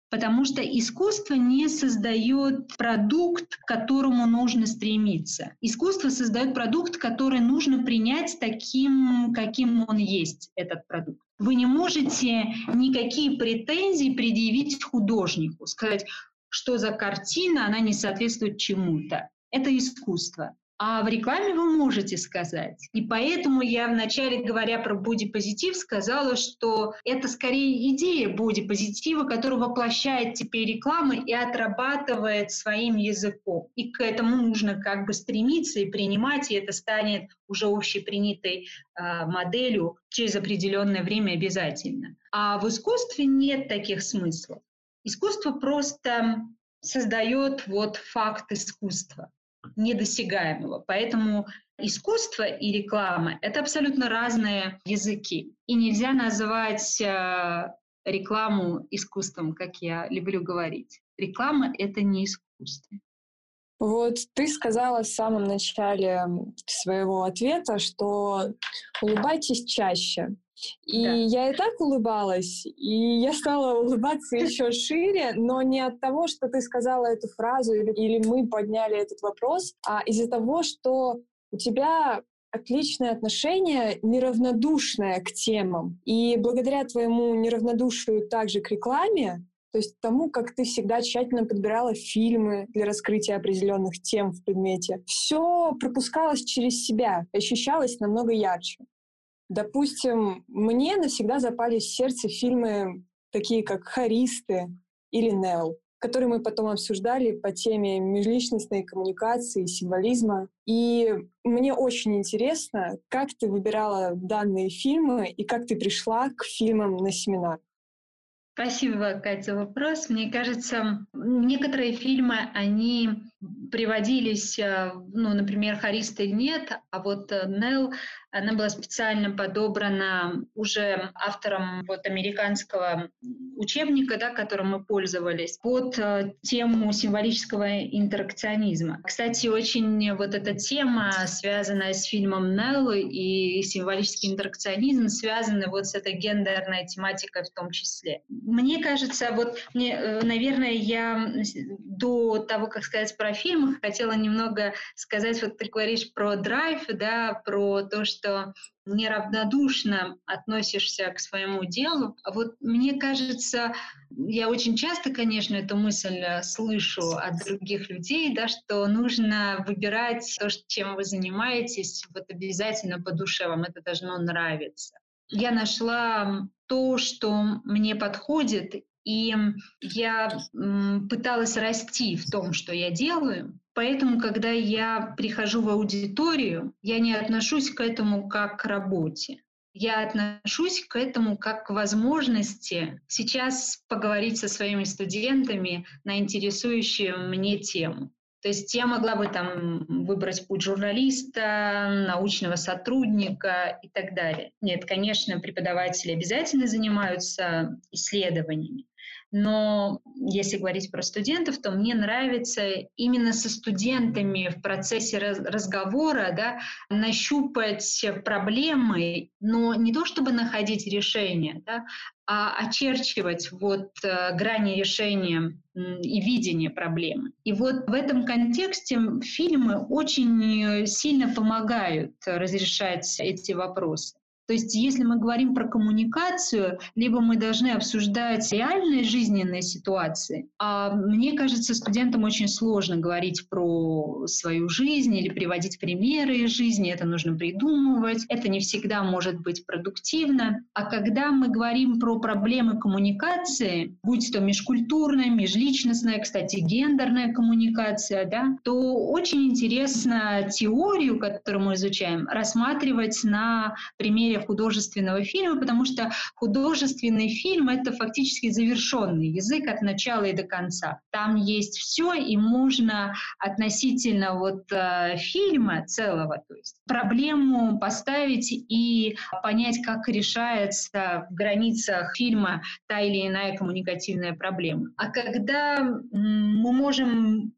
Потому что искусство не создает продукт, к которому нужно стремиться. Искусство создает продукт, который нужно принять таким, каким он есть, этот продукт. Вы не можете никакие претензии предъявить художнику, сказать, что за картина, она не соответствует чему-то. Это искусство. А в рекламе вы можете сказать. И поэтому я вначале, говоря про бодипозитив, сказала, что это скорее идея бодипозитива, которую воплощает теперь реклама и отрабатывает своим языком. И к этому нужно как бы стремиться и принимать, и это станет уже общепринятой э, моделью через определенное время обязательно. А в искусстве нет таких смыслов. Искусство просто создает вот факт искусства недосягаемого. Поэтому искусство и реклама — это абсолютно разные языки. И нельзя называть э, рекламу искусством, как я люблю говорить. Реклама — это не искусство. Вот ты сказала в самом начале своего ответа, что улыбайтесь чаще. И да. Я и так улыбалась, и я стала улыбаться еще шире, но не от того, что ты сказала эту фразу или, или мы подняли этот вопрос, а из-за того, что у тебя отличное отношение, неравнодушное к темам. И благодаря твоему неравнодушию также к рекламе, то есть тому, как ты всегда тщательно подбирала фильмы для раскрытия определенных тем в предмете, все пропускалось через себя, ощущалось намного ярче. Допустим, мне навсегда запали в сердце фильмы, такие как «Хористы» или «Нел», которые мы потом обсуждали по теме межличностной коммуникации, символизма. И мне очень интересно, как ты выбирала данные фильмы и как ты пришла к фильмам на семинар. Спасибо, Катя, за вопрос. Мне кажется, некоторые фильмы, они приводились, ну, например, «Хористы» нет, а вот «Нел», она была специально подобрана уже автором вот американского учебника, да, которым мы пользовались, под тему символического интеракционизма. Кстати, очень вот эта тема, связанная с фильмом «Нел» и символический интеракционизм, связаны вот с этой гендерной тематикой в том числе. Мне кажется, вот, мне, наверное, я до того, как сказать про фильмы, хотела немного сказать, вот ты говоришь про драйв, да, про то, что неравнодушно относишься к своему делу. Вот мне кажется, я очень часто, конечно, эту мысль слышу от других людей, да, что нужно выбирать то, чем вы занимаетесь, вот обязательно по душе вам это должно нравиться. Я нашла то, что мне подходит, и я м, пыталась расти в том, что я делаю. Поэтому, когда я прихожу в аудиторию, я не отношусь к этому как к работе. Я отношусь к этому как к возможности сейчас поговорить со своими студентами на интересующую мне тему. То есть я могла бы там выбрать путь журналиста, научного сотрудника и так далее. Нет, конечно, преподаватели обязательно занимаются исследованиями. Но если говорить про студентов, то мне нравится именно со студентами в процессе разговора, да, нащупать проблемы, но не то чтобы находить решения, да, а очерчивать вот грани решения и видения проблемы. И вот в этом контексте фильмы очень сильно помогают разрешать эти вопросы. То есть если мы говорим про коммуникацию, либо мы должны обсуждать реальные жизненные ситуации, а мне кажется, студентам очень сложно говорить про свою жизнь или приводить примеры из жизни, это нужно придумывать, это не всегда может быть продуктивно. А когда мы говорим про проблемы коммуникации, будь то межкультурная, межличностная, кстати, гендерная коммуникация, да, то очень интересно теорию, которую мы изучаем, рассматривать на примере художественного фильма, потому что художественный фильм — это фактически завершенный язык от начала и до конца. Там есть все, и можно относительно вот э, фильма целого, то есть проблему поставить и понять, как решается в границах фильма та или иная коммуникативная проблема. А когда м, мы можем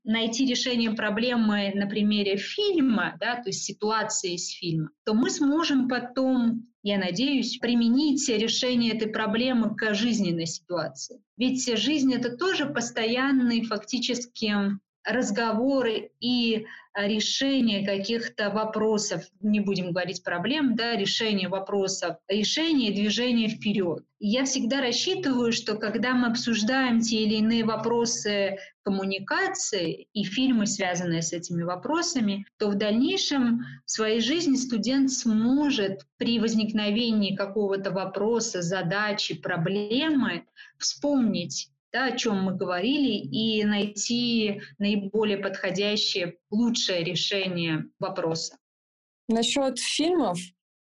найти решение проблемы на примере фильма, да, то есть ситуации из фильма, то мы сможем потом, я надеюсь, применить решение этой проблемы к жизненной ситуации. Ведь жизнь — это тоже постоянный фактически разговоры и решение каких-то вопросов, не будем говорить проблем, да, решение вопросов, решение и движение вперед. И я всегда рассчитываю, что когда мы обсуждаем те или иные вопросы коммуникации и фильмы, связанные с этими вопросами, то в дальнейшем в своей жизни студент сможет при возникновении какого-то вопроса, задачи, проблемы вспомнить, да, о чем мы говорили, и найти наиболее подходящее, лучшее решение вопроса. Насчет фильмов,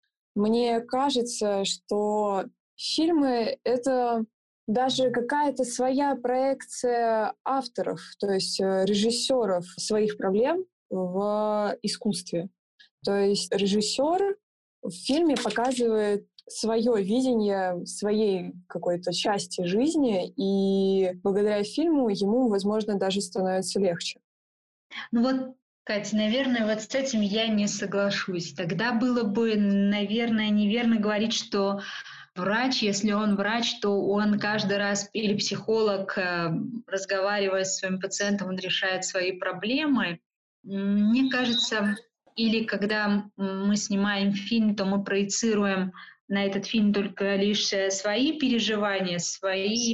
мне кажется, что фильмы — это даже какая-то своя проекция авторов, то есть режиссеров своих проблем в искусстве. То есть режиссер в фильме показывает свое видение своей какой-то части жизни, и благодаря фильму ему, возможно, даже становится легче. Ну вот, Катя, наверное, вот с этим я не соглашусь. Тогда было бы, наверное, неверно говорить, что врач, если он врач, то он каждый раз, или психолог, разговаривая с своим пациентом, он решает свои проблемы. Мне кажется, или когда мы снимаем фильм, то мы проецируем на этот фильм только лишь свои переживания, свои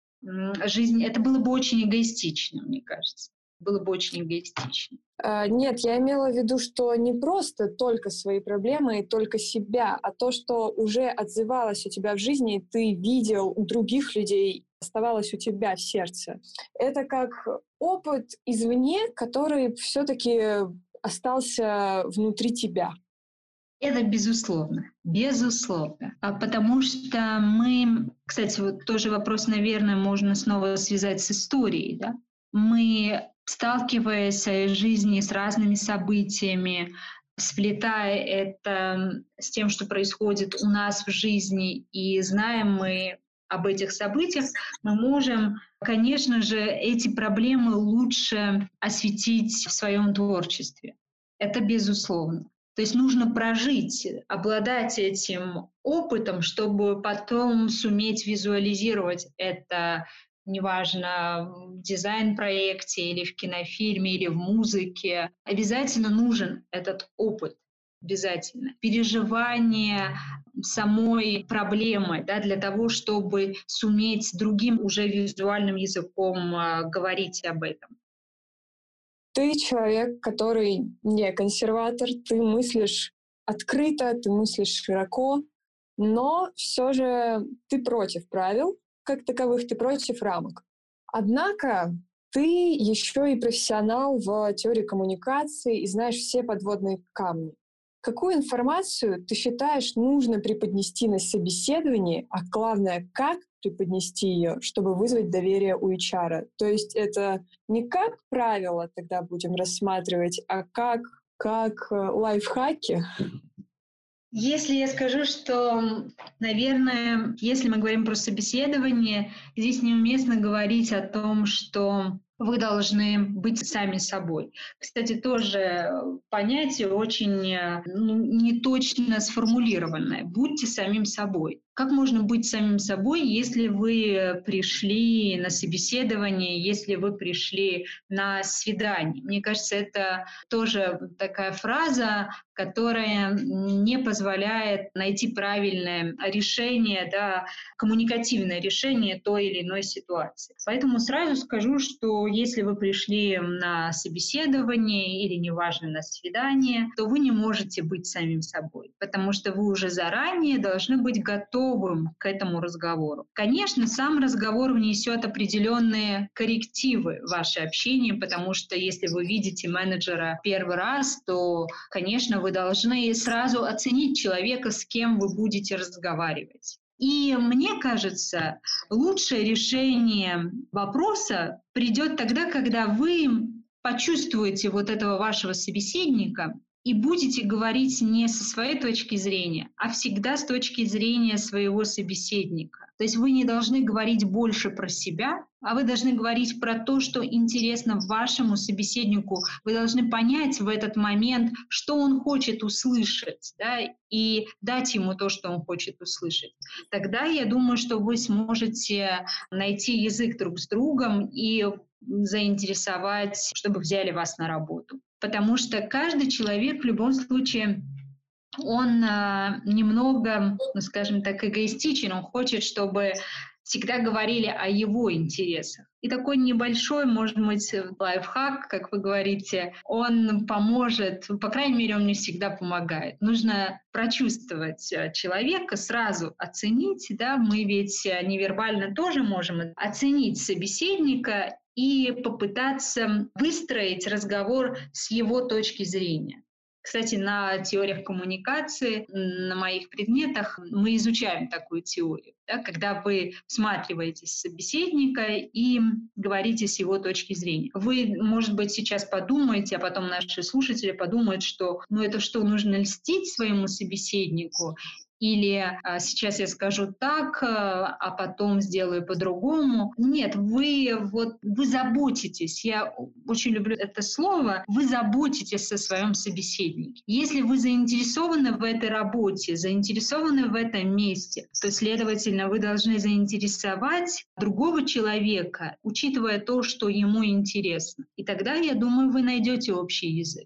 жизни. Это было бы очень эгоистично, мне кажется. Было бы очень эгоистично. А, нет, я имела в виду, что не просто только свои проблемы и только себя, а то, что уже отзывалось у тебя в жизни, и ты видел у других людей, оставалось у тебя в сердце. Это как опыт извне, который все-таки остался внутри тебя. Это безусловно, безусловно. А потому что мы, кстати, вот тоже вопрос, наверное, можно снова связать с историей, да? Мы, сталкиваясь в жизни с разными событиями, сплетая это с тем, что происходит у нас в жизни, и знаем мы об этих событиях, мы можем, конечно же, эти проблемы лучше осветить в своем творчестве. Это безусловно. То есть нужно прожить, обладать этим опытом, чтобы потом суметь визуализировать это, неважно, в дизайн-проекте или в кинофильме, или в музыке. Обязательно нужен этот опыт, обязательно. Переживание самой проблемы, да, для того, чтобы суметь другим уже визуальным языком а, говорить об этом. Ты человек, который не консерватор, ты мыслишь открыто, ты мыслишь широко, но все же ты против правил, как таковых, ты против рамок. Однако ты еще и профессионал в теории коммуникации и знаешь все подводные камни. Какую информацию, ты считаешь, нужно преподнести на собеседовании, а главное, как преподнести ее, чтобы вызвать доверие у эйч ар? То есть это не как правило тогда будем рассматривать, а как, как лайфхаки? Если я скажу, что, наверное, если мы говорим про собеседование, здесь неуместно говорить о том, что вы должны быть сами собой. Кстати, тоже понятие очень ну, неточно сформулированное. Будьте самим собой. Как можно быть самим собой, если вы пришли на собеседование, если вы пришли на свидание? Мне кажется, это тоже такая фраза, которая не позволяет найти правильное решение, да, коммуникативное решение той или иной ситуации. Поэтому сразу скажу, что если вы пришли на собеседование или, неважно, на свидание, то вы не можете быть самим собой, потому что вы уже заранее должны быть готовы к этому разговору. Конечно, сам разговор внесет определенные коррективы в ваше общение, потому что если вы видите менеджера первый раз, то, конечно, вы должны сразу оценить человека, с кем вы будете разговаривать. И мне кажется, лучшее решение вопроса придет тогда, когда вы почувствуете вот этого вашего собеседника, и будете говорить не со своей точки зрения, а всегда с точки зрения своего собеседника. То есть вы не должны говорить больше про себя, а вы должны говорить про то, что интересно вашему собеседнику. Вы должны понять в этот момент, что он хочет услышать, да, и дать ему то, что он хочет услышать. Тогда я думаю, что вы сможете найти язык друг с другом и заинтересовать, чтобы взяли вас на работу. Потому что каждый человек в любом случае, он а, немного, ну, скажем так, эгоистичен, он хочет, чтобы всегда говорили о его интересах. И такой небольшой, может быть, лайфхак, как вы говорите, он поможет, по крайней мере, он мне всегда помогает. Нужно прочувствовать человека, сразу оценить, да, мы ведь невербально тоже можем оценить собеседника и попытаться выстроить разговор с его точки зрения. Кстати, на теориях коммуникации, на моих предметах мы изучаем такую теорию, да, когда вы всматриваетесь в собеседника и говорите с его точки зрения. Вы, может быть, сейчас подумаете, а потом наши слушатели подумают, что ну это что, нужно льстить своему собеседнику? Или а, сейчас я скажу так, а потом сделаю по-другому. Нет, вы, вот, вы заботитесь. Я очень люблю это слово. Вы заботитесь о своем собеседнике. Если вы заинтересованы в этой работе, заинтересованы в этом месте, то, следовательно, вы должны заинтересовать другого человека, учитывая то, что ему интересно. И тогда, я думаю, вы найдете общий язык.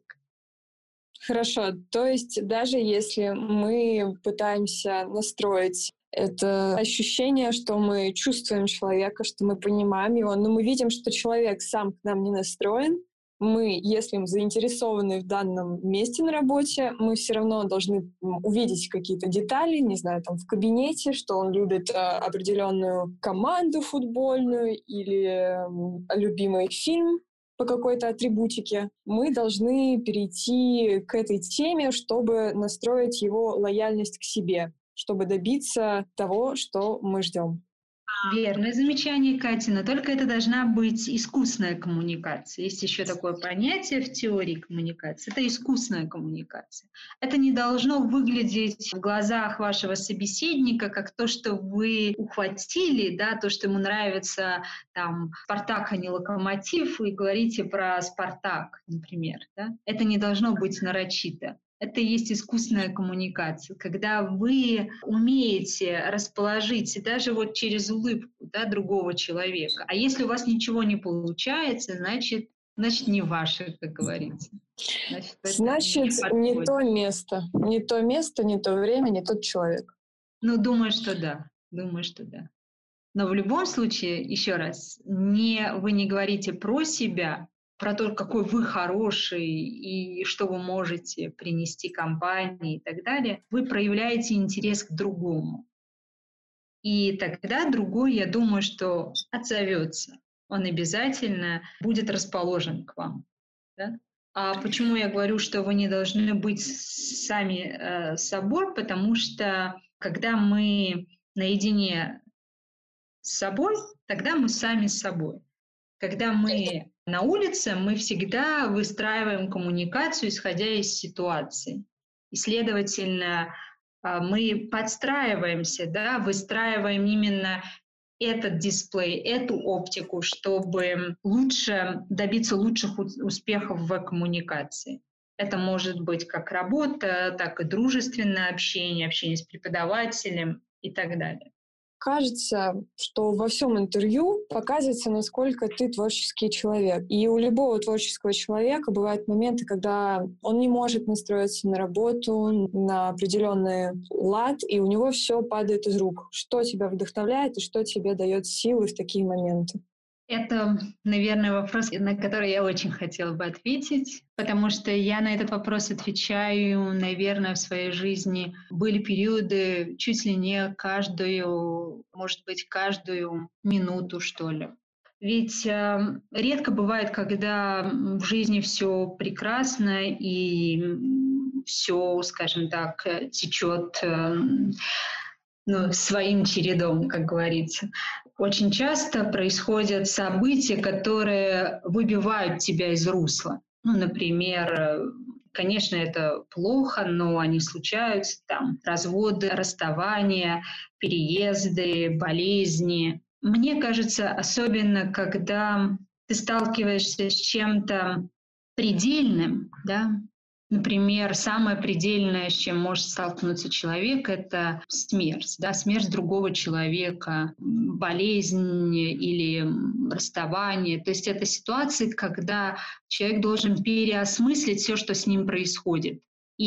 Хорошо, то есть даже если мы пытаемся настроить это ощущение, что мы чувствуем человека, что мы понимаем его, но мы видим, что человек сам к нам не настроен, мы, если мы заинтересованы в данном месте на работе, мы все равно должны увидеть какие-то детали, не знаю, там в кабинете, что он любит а, определенную команду футбольную или а, любимый фильм по какой-то атрибутике, мы должны перейти к этой теме, чтобы настроить его лояльность к себе, чтобы добиться того, что мы ждем. Верное замечание, Катя, но только это должна быть искусная коммуникация. Есть еще такое понятие в теории коммуникации. Это искусная коммуникация. Это не должно выглядеть в глазах вашего собеседника как то, что вы ухватили, да, то, что ему нравится там «Спартак», а не «Локомотив», и говорите про «Спартак», например. Да? Это не должно быть нарочито. Это и есть искусственная коммуникация, когда вы умеете расположить даже вот через улыбку, да, другого человека. А если у вас ничего не получается, значит, значит не ваше, как говорится. Значит, значит не, не то место, не то место, не то время, не тот человек. Ну, думаю, что да. Думаю, что да. Но в любом случае, еще раз, не, вы не говорите про себя, про то, какой вы хороший и что вы можете принести компании и так далее, вы проявляете интерес к другому. И тогда другой, я думаю, что отзовется. Он обязательно будет расположен к вам. Да? А почему я говорю, что вы не должны быть сами э, собой? Потому что когда мы наедине с собой, тогда мы сами с собой. Когда мы на улице, мы всегда выстраиваем коммуникацию, исходя из ситуации. И, следовательно, мы подстраиваемся, да, выстраиваем именно этот дисплей, эту оптику, чтобы лучше добиться лучших успехов в коммуникации. Это может быть как работа, так и дружественное общение, общение с преподавателем и так далее. Кажется, что во всем интервью показывается, насколько ты творческий человек. И у любого творческого человека бывают моменты, когда он не может настроиться на работу, на определенный лад, и у него все падает из рук. Что тебя вдохновляет и что тебе дает силы в такие моменты? Это, наверное, вопрос, на который я очень хотела бы ответить, потому что я на этот вопрос отвечаю, наверное, в своей жизни. Были периоды чуть ли не каждую, может быть, каждую минуту, что ли. Ведь э, редко бывает, когда в жизни все прекрасно и все, скажем так, течет э, ну, своим чередом, как говорится. Очень часто происходят события, которые выбивают тебя из русла. Ну, например, Конечно, это плохо, но они случаются, там, разводы, расставания, переезды, болезни. Мне кажется, особенно когда ты сталкиваешься с чем-то предельным, да, например, самое предельное, с чем может столкнуться человек, это смерть, да, смерть другого человека, болезнь или расставание. То есть это ситуации, когда человек должен переосмыслить все, что с ним происходит,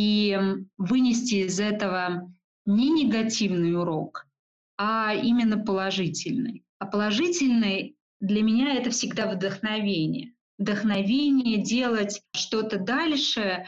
и вынести из этого не негативный урок, а именно положительный. А положительный для меня это всегда вдохновение. Вдохновение делать что-то дальше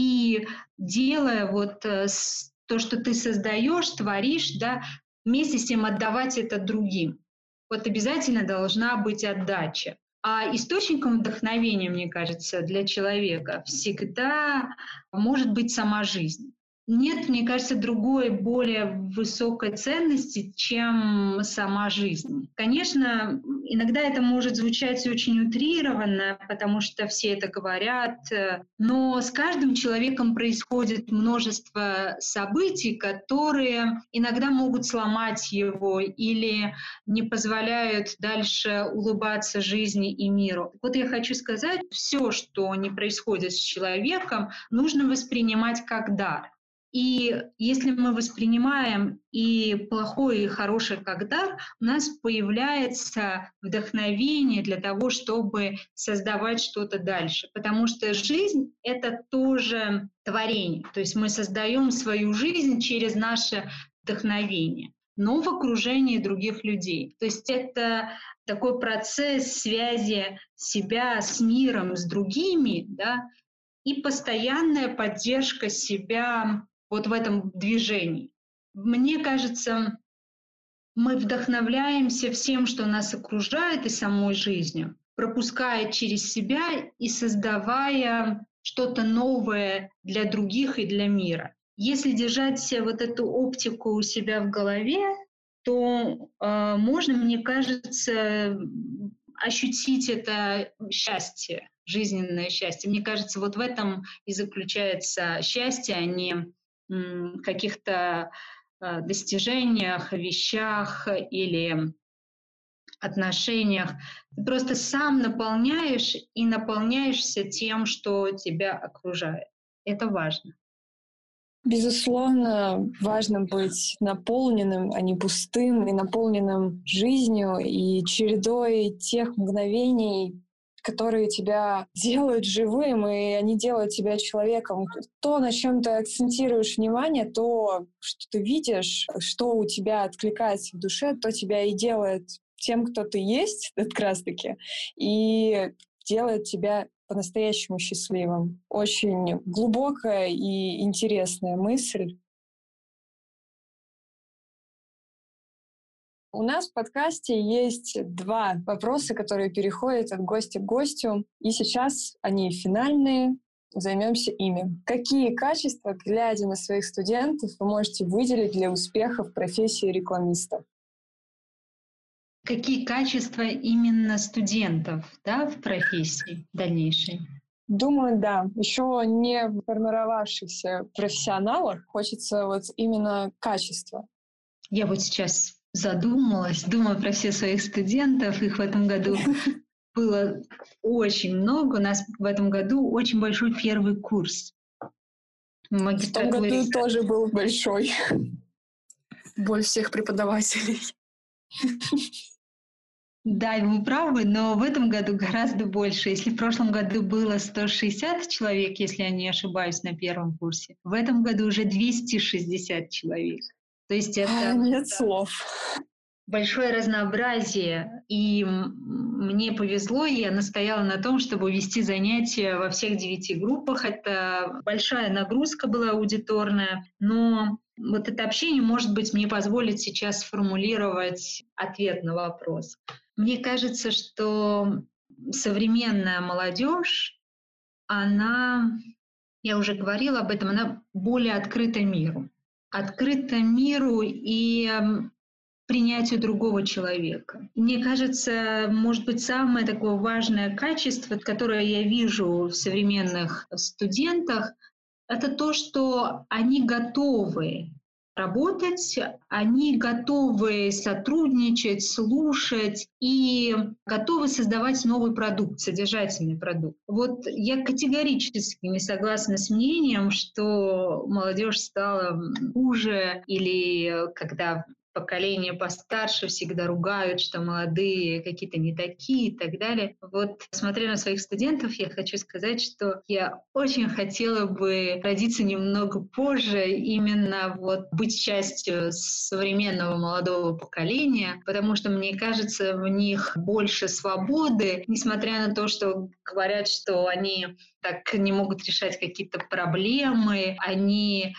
и делая вот то, что ты создаешь, творишь, да, вместе с тем отдавать это другим. Вот обязательно должна быть отдача. А источником вдохновения, мне кажется, для человека всегда может быть сама жизнь. Нет, мне кажется, другой, более высокой ценности, чем сама жизнь. Конечно, иногда это может звучать очень утрированно, потому что все это говорят, но с каждым человеком происходит множество событий, которые иногда могут сломать его или не позволяют дальше улыбаться жизни и миру. Вот я хочу сказать, все, что не происходит с человеком, нужно воспринимать как дар. И если мы воспринимаем и плохое, и хорошее как дар, у нас появляется вдохновение для того, чтобы создавать что-то дальше. Потому что жизнь — это тоже творение. То есть мы создаем свою жизнь через наше вдохновение, но в окружении других людей. То есть это такой процесс связи себя с миром, с другими, да, и постоянная поддержка себя вот в этом движении. Мне кажется, мы вдохновляемся всем, что нас окружает, и самой жизнью, пропуская через себя и создавая что-то новое для других и для мира. Если держать вот эту оптику у себя в голове, то э, можно, мне кажется, ощутить это счастье, жизненное счастье. Мне кажется, вот в этом и заключается счастье, а не в каких-то э, достижениях, вещах или отношениях. Ты просто сам наполняешь и наполняешься тем, что тебя окружает. Это важно. Безусловно, важно быть наполненным, а не пустым, и наполненным жизнью и чередой тех мгновений, которые тебя делают живым, и они делают тебя человеком. То, на чем ты акцентируешь внимание, то, что ты видишь, что у тебя откликается в душе, то тебя и делает тем, кто ты есть, как раз-таки, и делает тебя по-настоящему счастливым. Очень глубокая и интересная мысль. У нас в подкасте есть два вопроса, которые переходят от гостя к гостю. И сейчас они финальные. Займемся ими. Какие качества, глядя на своих студентов, вы можете выделить для успеха в профессии рекламиста? Какие качества именно студентов, да, в профессии дальнейшей? Думаю, да. Еще не формировавшихся профессионалов хочется вот именно качества. Я вот сейчас задумалась, думаю про всех своих студентов. Их в этом году было очень много. У нас в этом году очень большой первый курс. В том году тоже был большой. Больше всех преподавателей. Да, вы правы, но в этом году гораздо больше. Если в прошлом году было сто шестьдесят человек, если я не ошибаюсь, на первом курсе, в этом году уже двести шестьдесят человек. То есть это нет слов. Большое разнообразие. И мне повезло, и я настояла на том, чтобы вести занятия во всех девяти группах. Это большая нагрузка была аудиторная, но вот это общение, может быть, мне позволит сейчас сформулировать ответ на вопрос. Мне кажется, что современная молодежь, она, я уже говорила об этом, она более открыта миру. Открыта миру и принятию другого человека. Мне кажется, может быть, самое такое важное качество, которое я вижу в современных студентах, это то, что они готовы работать, они готовы сотрудничать, слушать и готовы создавать новый продукт, содержательный продукт. Вот я категорически не согласна с мнением, что молодежь стала хуже или когда поколение постарше всегда ругают, что молодые какие-то не такие и так далее. Вот, смотря на своих студентов, я хочу сказать, что я очень хотела бы родиться немного позже, именно вот быть частью современного молодого поколения, потому что, мне кажется, в них больше свободы, несмотря на то, что говорят, что они так не могут решать какие-то проблемы, они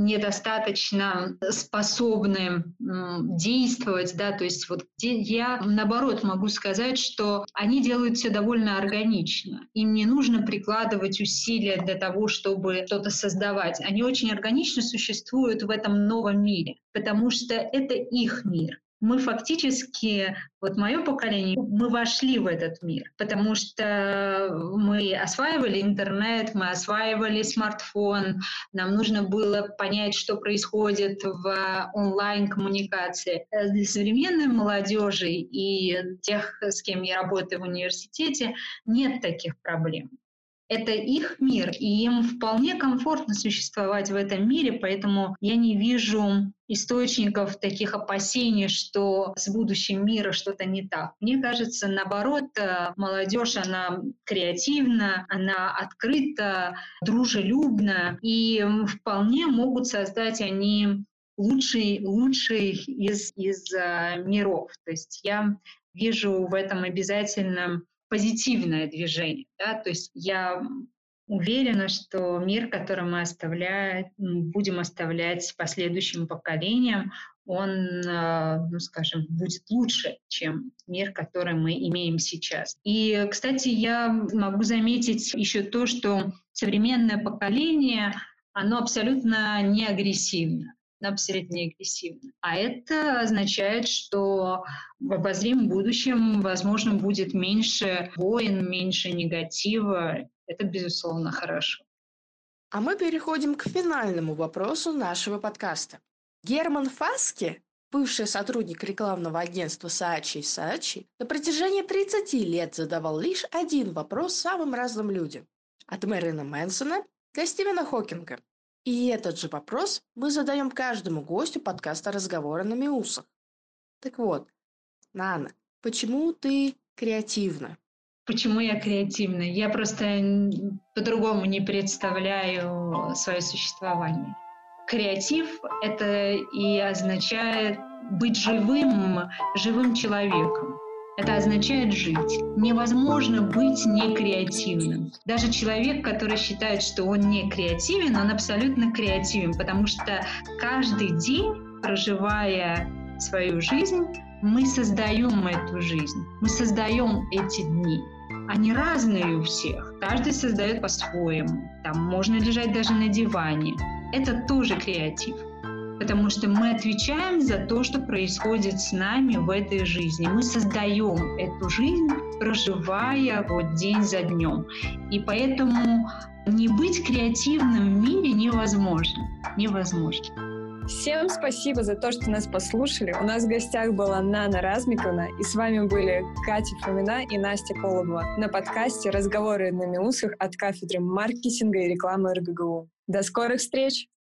недостаточно способны м, действовать, да, то есть вот я, наоборот, могу сказать, что они делают все довольно органично. Им не нужно прикладывать усилия для того, чтобы что-то создавать. Они очень органично существуют в этом новом мире, потому что это их мир. Мы фактически, вот мое поколение, мы вошли в этот мир, потому что мы осваивали интернет, мы осваивали смартфон, нам нужно было понять, что происходит в онлайн-коммуникации. Для современной молодежи и тех, с кем я работаю в университете, нет таких проблем. Это их мир, и им вполне комфортно существовать в этом мире, поэтому я не вижу источников таких опасений, что с будущим мира что-то не так. Мне кажется, наоборот, молодежь, она креативна, она открыта, дружелюбна, и вполне могут создать они лучший, лучший из, из uh, миров. То есть я вижу в этом обязательно позитивное движение. Да? То есть я уверена, что мир, который мы оставляем, будем оставлять последующим поколениям, он, ну, скажем, будет лучше, чем мир, который мы имеем сейчас. И, кстати, я могу заметить еще то, что современное поколение, оно абсолютно не агрессивно. абсолютно не агрессивно. А это означает, что в обозримом будущем, возможно, будет меньше войн, меньше негатива. Это, безусловно, хорошо. А мы переходим к финальному вопросу нашего подкаста. Герман Фаске, бывший сотрудник рекламного агентства Saatchi и Saatchi, на протяжении тридцати лет задавал лишь один вопрос самым разным людям. От Мэрилина Мэнсона до Стивена Хокинга. И этот же вопрос мы задаем каждому гостю подкаста «Разговоры на Миусах». Так вот, Нана, почему ты креативна? Почему я креативна? Я просто по-другому не представляю свое существование. Креатив — это и означает быть живым, живым человеком. Это означает жить. Невозможно быть некреативным. Даже человек, который считает, что он не креативен, он абсолютно креативен, потому что каждый день, проживая свою жизнь, мы создаем эту жизнь, мы создаем эти дни. Они разные у всех, каждый создает по-своему. Там можно лежать даже на диване. Это тоже креатив. Потому что мы отвечаем за то, что происходит с нами в этой жизни. Мы создаем эту жизнь, проживая вот день за днем. И поэтому не быть креативным в мире невозможно. Невозможно. Всем спасибо за то, что нас послушали. У нас в гостях была Нана Размиковна, и с вами были Катя Фомина и Настя Колобова на подкасте «Разговоры на Миусах» от кафедры маркетинга и рекламы эр гэ гэ у. До скорых встреч!